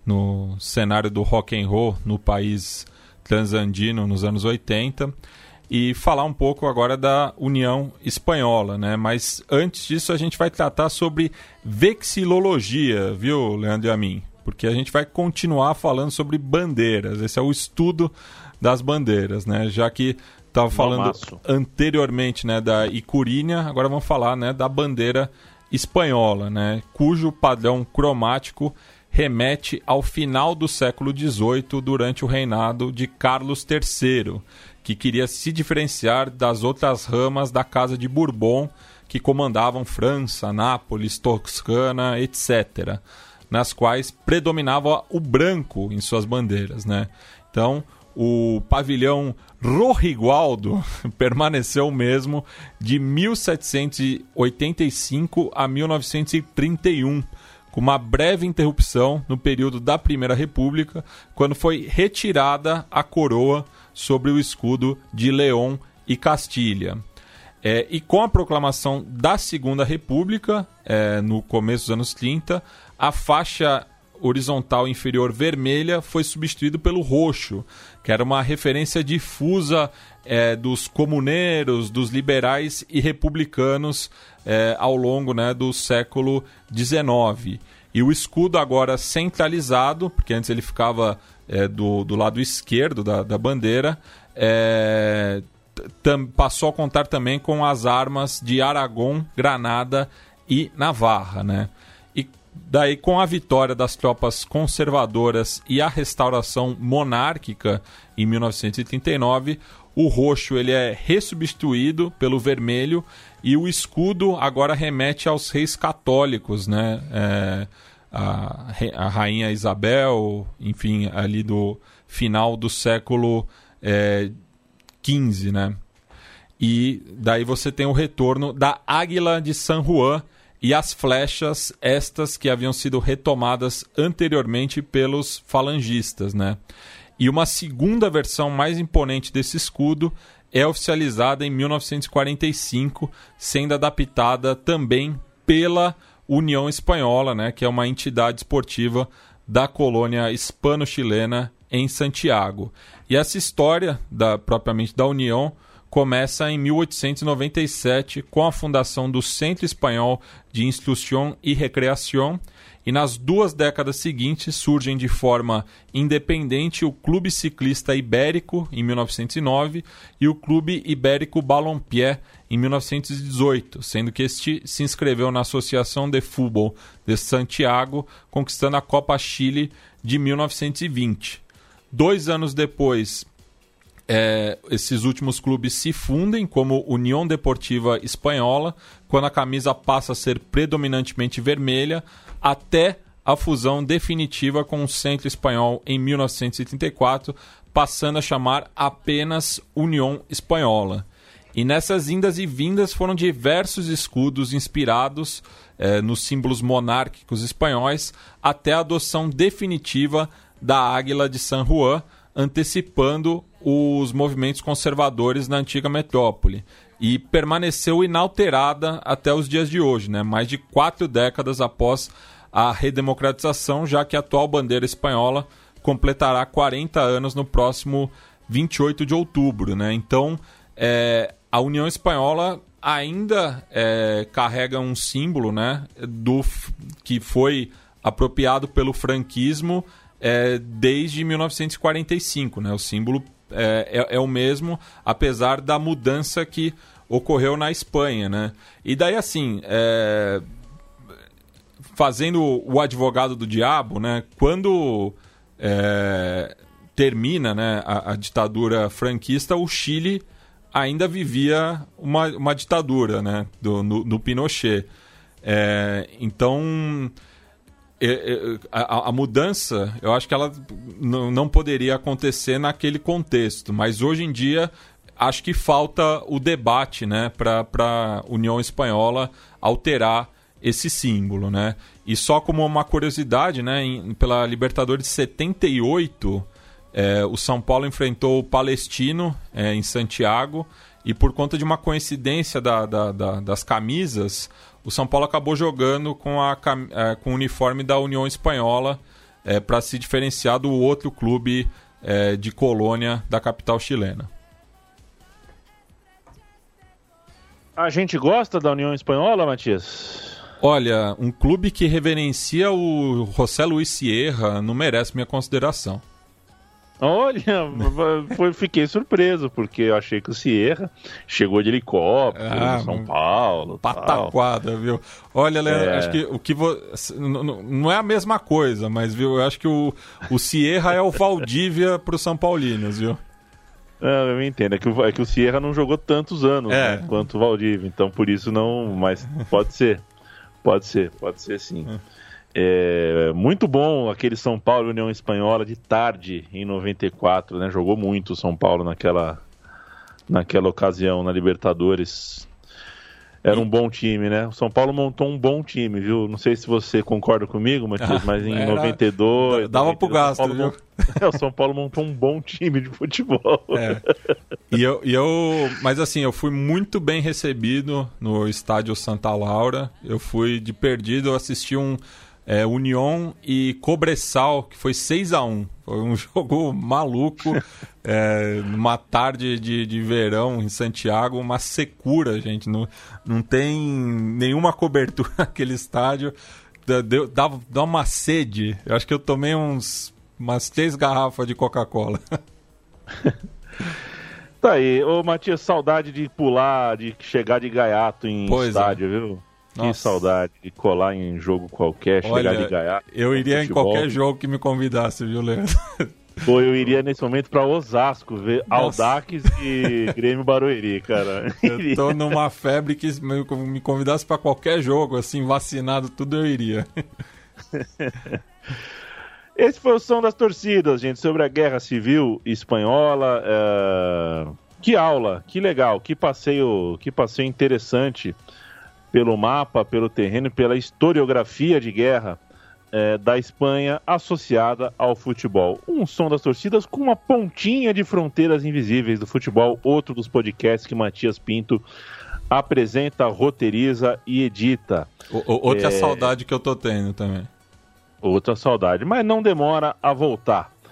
no cenário do rock and roll no país transandino nos anos oitenta, e falar um pouco agora da União Espanhola, né? Mas antes disso a gente vai tratar sobre vexilologia, viu, Leandro e a mim? Porque a gente vai continuar falando sobre bandeiras, esse é o estudo das bandeiras, né? Já que estava falando Mamaço. anteriormente, né, da Icurinha, agora vamos falar, né, da bandeira espanhola, né? Cujo padrão cromático remete ao final do século dezoito, durante o reinado de Carlos terceiro, que queria se diferenciar das outras ramas da Casa de Bourbon, que comandavam França, Nápoles, Toscana, etcétera, nas quais predominava o branco em suas bandeiras, né? Então, o pavilhão Rojigualdo permaneceu o mesmo de mil setecentos e oitenta e cinco a mil novecentos e trinta e um, com uma breve interrupção no período da Primeira República, quando foi retirada a coroa sobre o escudo de León e Castilha. É, e com a proclamação da Segunda República, é, no começo dos anos trinta, a faixa horizontal inferior vermelha foi substituída pelo roxo, que era uma referência difusa é, dos comuneiros, dos liberais e republicanos é, ao longo, né, do século dezenove. E o escudo agora centralizado, porque antes ele ficava é, do, do lado esquerdo da, da bandeira, é, tam, passou a contar também com as armas de Aragão, Granada e Navarra, né? Daí, com a vitória das tropas conservadoras e a restauração monárquica em mil novecentos e trinta e nove, o roxo ele é ressubstituído pelo vermelho e o escudo agora remete aos reis católicos, né? É, a, a rainha Isabel, enfim, ali do final do século é, quinze, né? E daí você tem o retorno da Águila de San Juan, e as flechas, estas que haviam sido retomadas anteriormente pelos falangistas, né? E uma segunda versão mais imponente desse escudo é oficializada em mil novecentos e quarenta e cinco, sendo adaptada também pela União Espanhola, né? Que é uma entidade esportiva da colônia hispano-chilena em Santiago. E essa história, da, propriamente da União, começa em mil oitocentos e noventa e sete com a fundação do Centro Espanhol de Instrução e Recreação, e nas duas décadas seguintes surgem de forma independente o Clube Ciclista Ibérico, em mil novecentos e nove, e o Clube Ibérico Balompié, em mil novecentos e dezoito, sendo que este se inscreveu na Associação de Fútbol de Santiago, conquistando a Copa Chile de mil novecentos e vinte. Dois anos depois, é, esses últimos clubes se fundem como União Deportiva Espanhola, quando a camisa passa a ser predominantemente vermelha, até a fusão definitiva com o Centro Espanhol em mil novecentos e trinta e quatro, passando a chamar apenas União Espanhola. E nessas indas e vindas foram diversos escudos inspirados eh, nos símbolos monárquicos espanhóis, até a adoção definitiva da Águila de San Juan, antecipando os movimentos conservadores na antiga metrópole. E permaneceu inalterada até os dias de hoje, né? Mais de quatro décadas após a redemocratização, já que a atual bandeira espanhola completará quarenta anos no próximo vinte e oito de outubro, né? Então, é, a União Espanhola ainda é, carrega um símbolo, né, do, que foi apropriado pelo franquismo é, desde mil novecentos e quarenta e cinco, né? O símbolo é, é, é o mesmo, apesar da mudança que ocorreu na Espanha, né? E daí, assim, é, fazendo o advogado do diabo, né, quando é, termina, né, a, a ditadura franquista, o Chile ainda vivia uma, uma ditadura, né, do, no, do Pinochet. É, então, é, é, a, a mudança, eu acho que ela n- não poderia acontecer naquele contexto, mas hoje em dia acho que falta o debate, né, para a União Espanhola alterar esse símbolo, né? E só como uma curiosidade, né, em, pela Libertadores de setenta e oito, é, o São Paulo enfrentou o Palestino é, em Santiago, e por conta de uma coincidência da, da, da, das camisas, o São Paulo acabou jogando com, a, é, com o uniforme da União Espanhola é, para se diferenciar do outro clube é, de Colônia da capital chilena. A gente gosta da União Espanhola, Matias? Olha, um clube que reverencia o José Luis Sierra não merece minha consideração. Olha, foi, fiquei surpreso, porque eu achei que o Sierra chegou de helicóptero ah, em São Paulo. Pataquada, tal. Viu? Olha, Leandro, é. acho que o que vo... não é a mesma coisa, mas viu, eu acho que o, o Sierra é o Valdívia para os São Paulinos, viu? É, eu entendo, é que, o, é que o Sierra não jogou tantos anos é. né, quanto o Valdívia, então por isso não, mas pode ser, pode ser, pode ser sim. É, muito bom aquele São Paulo e União Espanhola de tarde em noventa e quatro, né? Jogou muito o São Paulo naquela, naquela ocasião na Libertadores. Era um bom time, né? O São Paulo montou um bom time, viu? Não sei se você concorda comigo, Matias, mas em Era... noventa e dois... Dava pro gasto, Paulo viu? Mont... é, o São Paulo montou um bom time de futebol. É. E eu, e eu... Mas assim, eu fui muito bem recebido no estádio Santa Laura. Eu fui de perdido, eu assisti um é, União e Cobressal, que foi seis a um. Foi um jogo maluco, é, numa tarde de, de verão em Santiago, uma secura, gente. Não, não tem nenhuma cobertura naquele estádio. Deu, dá, dá uma sede. Eu acho que eu tomei uns, umas três garrafas de Coca-Cola. Tá aí. Ô, Matias, saudade de pular, de chegar de gaiato em pois estádio, é. viu? Que Nossa. saudade de colar em jogo qualquer, Olha, chegar de gaiato. Eu iria futebol. em qualquer jogo que me convidasse, viu, Leandro? Pô, eu iria nesse momento pra Osasco, ver Audax e Grêmio Barueri, cara. Eu tô numa febre que me convidasse pra qualquer jogo, assim, vacinado, tudo eu iria. Esse foi o som das torcidas, gente, sobre a Guerra Civil Espanhola. É... Que aula, que legal, que passeio, que passeio interessante pelo mapa, pelo terreno, pela historiografia de guerra é, da Espanha associada ao futebol. Um som das torcidas com uma pontinha de fronteiras invisíveis do futebol, outro dos podcasts que Matias Pinto apresenta, roteiriza e edita. O, outra é... saudade que eu tô tendo também. Outra saudade, mas não demora a voltar.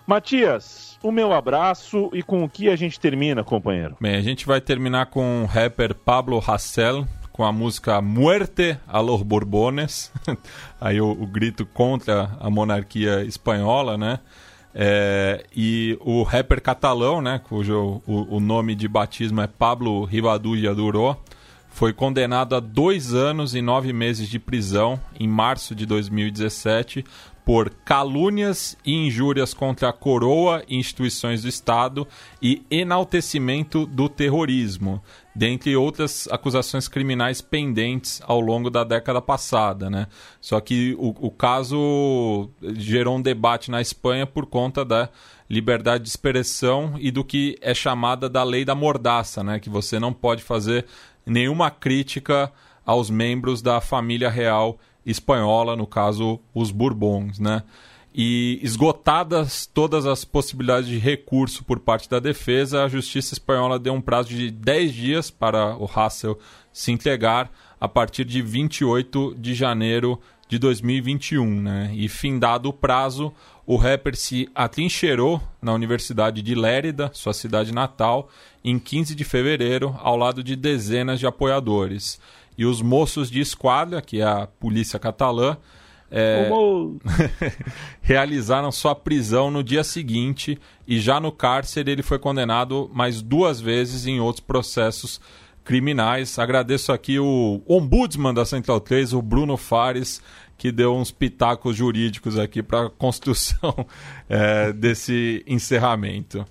Matias, o meu abraço e com o que a gente termina, companheiro? Bem, a gente vai terminar com o rapper Pablo Hasél, com a música Muerte a los Borbones, aí o, o grito contra a monarquia espanhola, né? É, e o rapper catalão, né, cujo o, o nome de batismo é Pablo Rivadulla Duró, foi condenado a dois anos e nove meses de prisão em março de dois mil e dezessete por calúnias e injúrias contra a coroa e instituições do Estado e enaltecimento do terrorismo, dentre outras acusações criminais pendentes ao longo da década passada, né? Só que o, o caso gerou um debate na Espanha por conta da liberdade de expressão e do que é chamada da lei da mordaça, né? Que você não pode fazer nenhuma crítica aos membros da família real espanhola, no caso, os Bourbons, né? E esgotadas todas as possibilidades de recurso por parte da defesa, a justiça espanhola deu um prazo de dez dias para o Hasél se entregar a partir de vinte e oito de janeiro de dois mil e vinte e um, né? E findado o prazo, o rapper se atrincheirou na Universidade de Lérida, sua cidade natal, em quinze de fevereiro, ao lado de dezenas de apoiadores. E os moços de esquadra, que é a polícia catalã, é, realizaram sua prisão no dia seguinte e já no cárcere ele foi condenado mais duas vezes em outros processos criminais. Agradeço aqui o ombudsman da Central três, o Bruno Fares, que deu uns pitacos jurídicos aqui para a construção é, desse encerramento.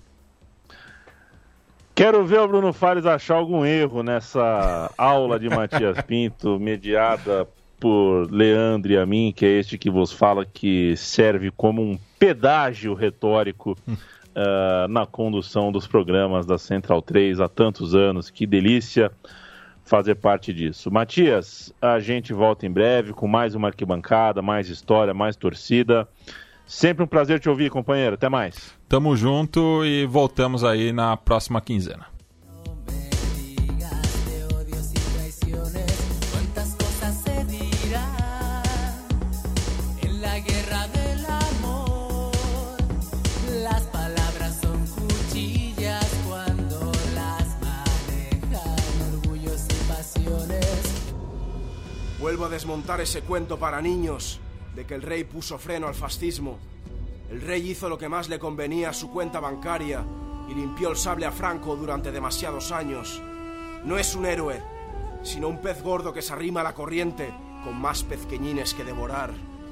Quero ver o Bruno Fares achar algum erro nessa aula de Matias Pinto, mediada por Leandro e a mim, que é este que vos fala, que serve como um pedágio retórico uh, na condução dos programas da Central três há tantos anos. Que delícia fazer parte disso. Matias, a gente volta em breve com mais uma arquibancada, mais história, mais torcida. Sempre um prazer te ouvir, companheiro. Até mais. Tamo junto e voltamos aí na próxima quinzena. Vuelvo a desmontar ese cuento para niños de que el rey puso freno al fascismo. El rey hizo lo que más le convenía a su cuenta bancaria y limpió el sable a Franco durante demasiados años. No es un héroe, sino un pez gordo que se arrima a la corriente con más pezqueñines que devorar.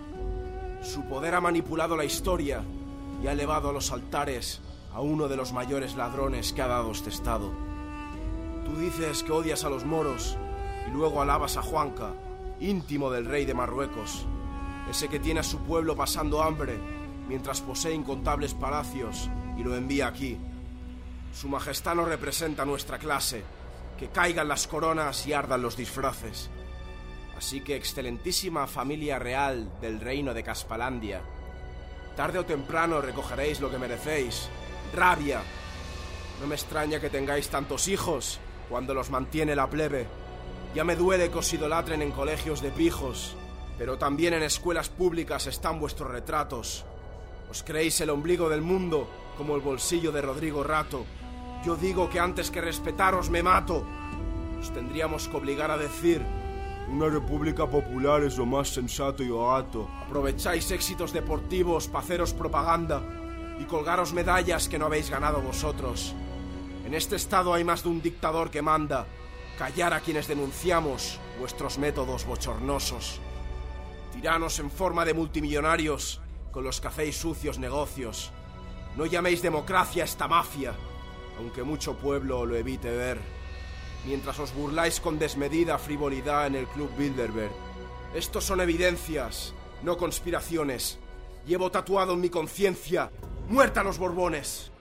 Su poder ha manipulado la historia y ha elevado a los altares a uno de los mayores ladrones que ha dado este estado. Tú dices que odias a los moros y luego alabas a Juanca, íntimo del rey de Marruecos, ese que tiene a su pueblo pasando hambre mientras posee incontables palacios y lo envía aquí. Su majestad no representa a nuestra clase, que caigan las coronas y ardan los disfraces. Así que, excelentísima familia real del reino de Caspalandia, tarde o temprano recogeréis lo que merecéis, rabia. No me extraña que tengáis tantos hijos cuando los mantiene la plebe. Ya me duele que os idolatren en colegios de pijos, pero también en escuelas públicas están vuestros retratos. Os creéis el ombligo del mundo como el bolsillo de Rodrigo Rato. Yo digo que antes que respetaros me mato. Os tendríamos que obligar a decir: una república popular es lo más sensato y barato. Aprovecháis éxitos deportivos para haceros propaganda y colgaros medallas que no habéis ganado vosotros. En este estado hay más de un dictador que manda. Callar a quienes denunciamos vuestros métodos bochornosos. Tiranos en forma de multimillonarios con los que hacéis sucios negocios. No llaméis democracia a esta mafia, aunque mucho pueblo lo evite ver. Mientras os burláis con desmedida frivolidad en el Club Bilderberg. Estos son evidencias, no conspiraciones. Llevo tatuado en mi conciencia: ¡muerta a los Borbones!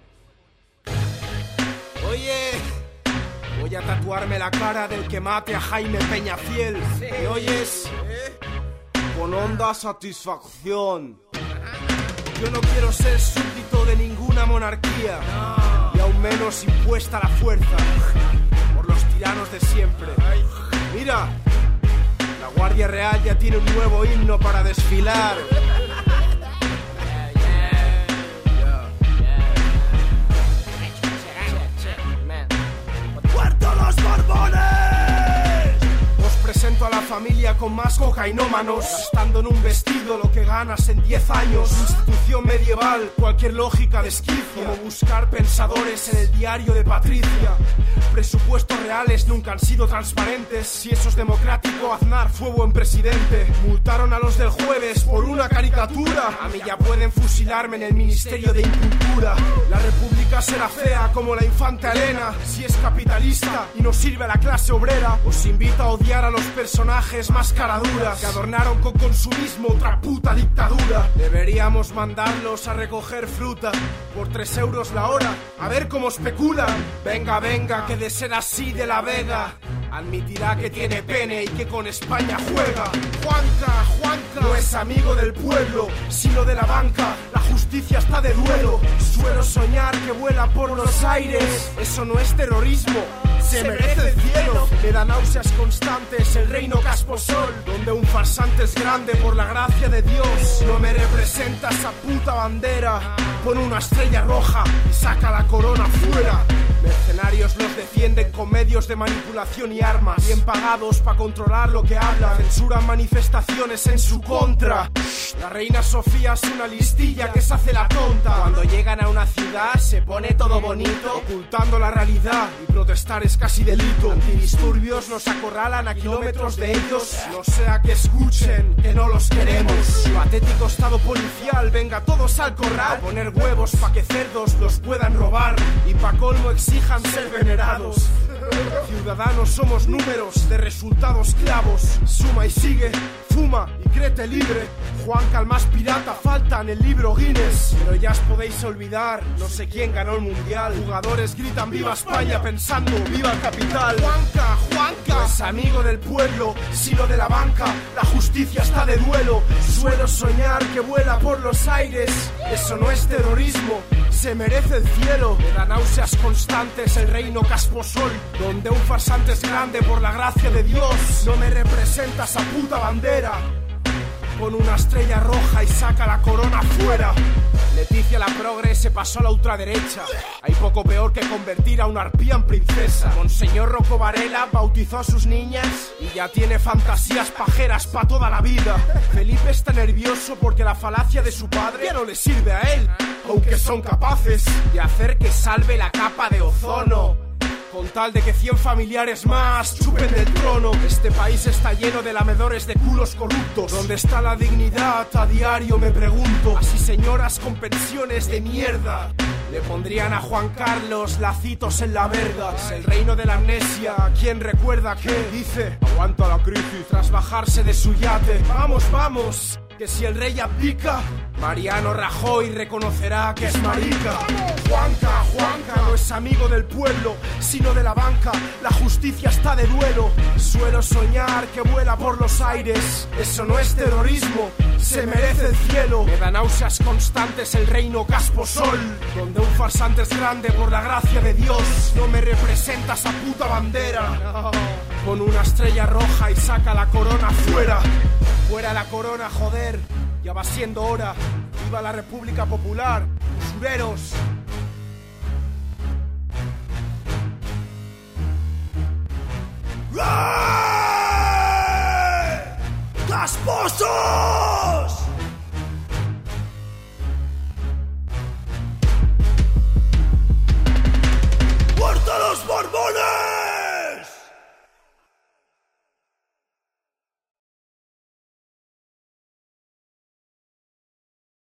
Oye, voy a tatuarme la cara del que mate a Jaime Peñafiel. ¿Me oyes? Con honda satisfacción. Yo no quiero ser súbdito de ninguna monarquía, y aún menos impuesta a la fuerza por los tiranos de siempre. Mira, la Guardia Real ya tiene un nuevo himno para desfilar. con más cocainómanos, gastando en un vestido lo que ganas en diez años. Institución medieval, cualquier lógica desquicia, como buscar pensadores en el diario de Patricia. Presupuestos reales nunca han sido transparentes. Si eso es democrático, Aznar fue buen presidente. Multaron a los del jueves por una caricatura. A mí ya pueden fusilarme en el Ministerio de Incultura. La república será fea como la infanta Elena si es capitalista y no sirve a la clase obrera. Os invito a odiar a los personajes más caraduras que adornaron con consumismo otra puta dictadura. Deberíamos mandarlos a recoger fruta por tres euros la hora, a ver cómo especulan. Venga, venga, que de ser así de la Vega admitirá que tiene pene y que con España juega. Juanca, Juanca no es amigo del pueblo, sino de la banca. La justicia está de duelo. Suelo soñar que vuela por los aires. Eso no es terrorismo, se merece el cielo. Me da náuseas constantes el reino Casposol, donde un farsante es grande por la gracia de Dios. No me representa esa puta bandera. Pon una estrella roja y saca la corona fuera. Mercenarios los defienden con medios de manipulación y armas, bien pagados para controlar lo que hablan. Censuran manifestaciones en su contra. La reina Sofía es una listilla que se hace la tonta. Cuando llegan a una ciudad se pone todo bonito, ocultando la realidad, y protestar es casi delito. Antidisturbios nos acorralan a kilómetros de ellos, no sea que escuchen que no los queremos. Patético estado policial, venga todos al corral, a poner huevos pa' que cerdos los puedan robar y pa' colmo exijan ser venerados. Ciudadanos somos números de resultados clavos. Suma y sigue, fuma y créete libre. Juanca el más pirata falta en el libro Guinness. Pero ya os podéis olvidar, no sé quién ganó el mundial. Jugadores gritan viva España pensando viva el capital. Juanca, Juanca no es amigo del pueblo, sino de la banca. La justicia está de duelo. Suelo soñar que vuela por los aires. Eso no es terrorismo, se merece el cielo. Me da náuseas constantes el reino Casposol, donde un farsante es grande por la gracia de Dios. No me representa esa puta bandera. Pon una estrella roja y saca la corona fuera. Leticia la progre se pasó a la ultraderecha. Hay poco peor que convertir a una arpía en princesa. Monseñor Rocco Varela bautizó a sus niñas y ya tiene fantasías pajeras pa' toda la vida. Felipe está nervioso porque la falacia de su padre ya no le sirve a él, aunque son capaces de hacer que salve la capa de ozono, con tal de que cien familiares más chupen del trono. Este país está lleno de lamedores de culos corruptos. ¿Dónde está la dignidad? A diario me pregunto. Así señoras con pensiones de mierda le pondrían a Juan Carlos lacitos en la verga. Es el reino de la amnesia. ¿Quién recuerda que dice? Aguanta la crisis tras bajarse de su yate. Vamos, vamos, que si el rey abdica, Mariano Rajoy reconocerá que es marica. Juanca, Juanca no es amigo del pueblo, sino de la banca. La justicia está de duelo. Suelo soñar que vuela por los aires. Eso no es terrorismo, se merece el cielo. Me da náuseas constantes el reino Casposol, donde un farsante es grande por la gracia de Dios. No me representa esa puta bandera. Pon una estrella roja y saca la corona fuera. Fuera la corona, joder. Ya va siendo hora. Viva la República Popular, usureros. ¡Casposos!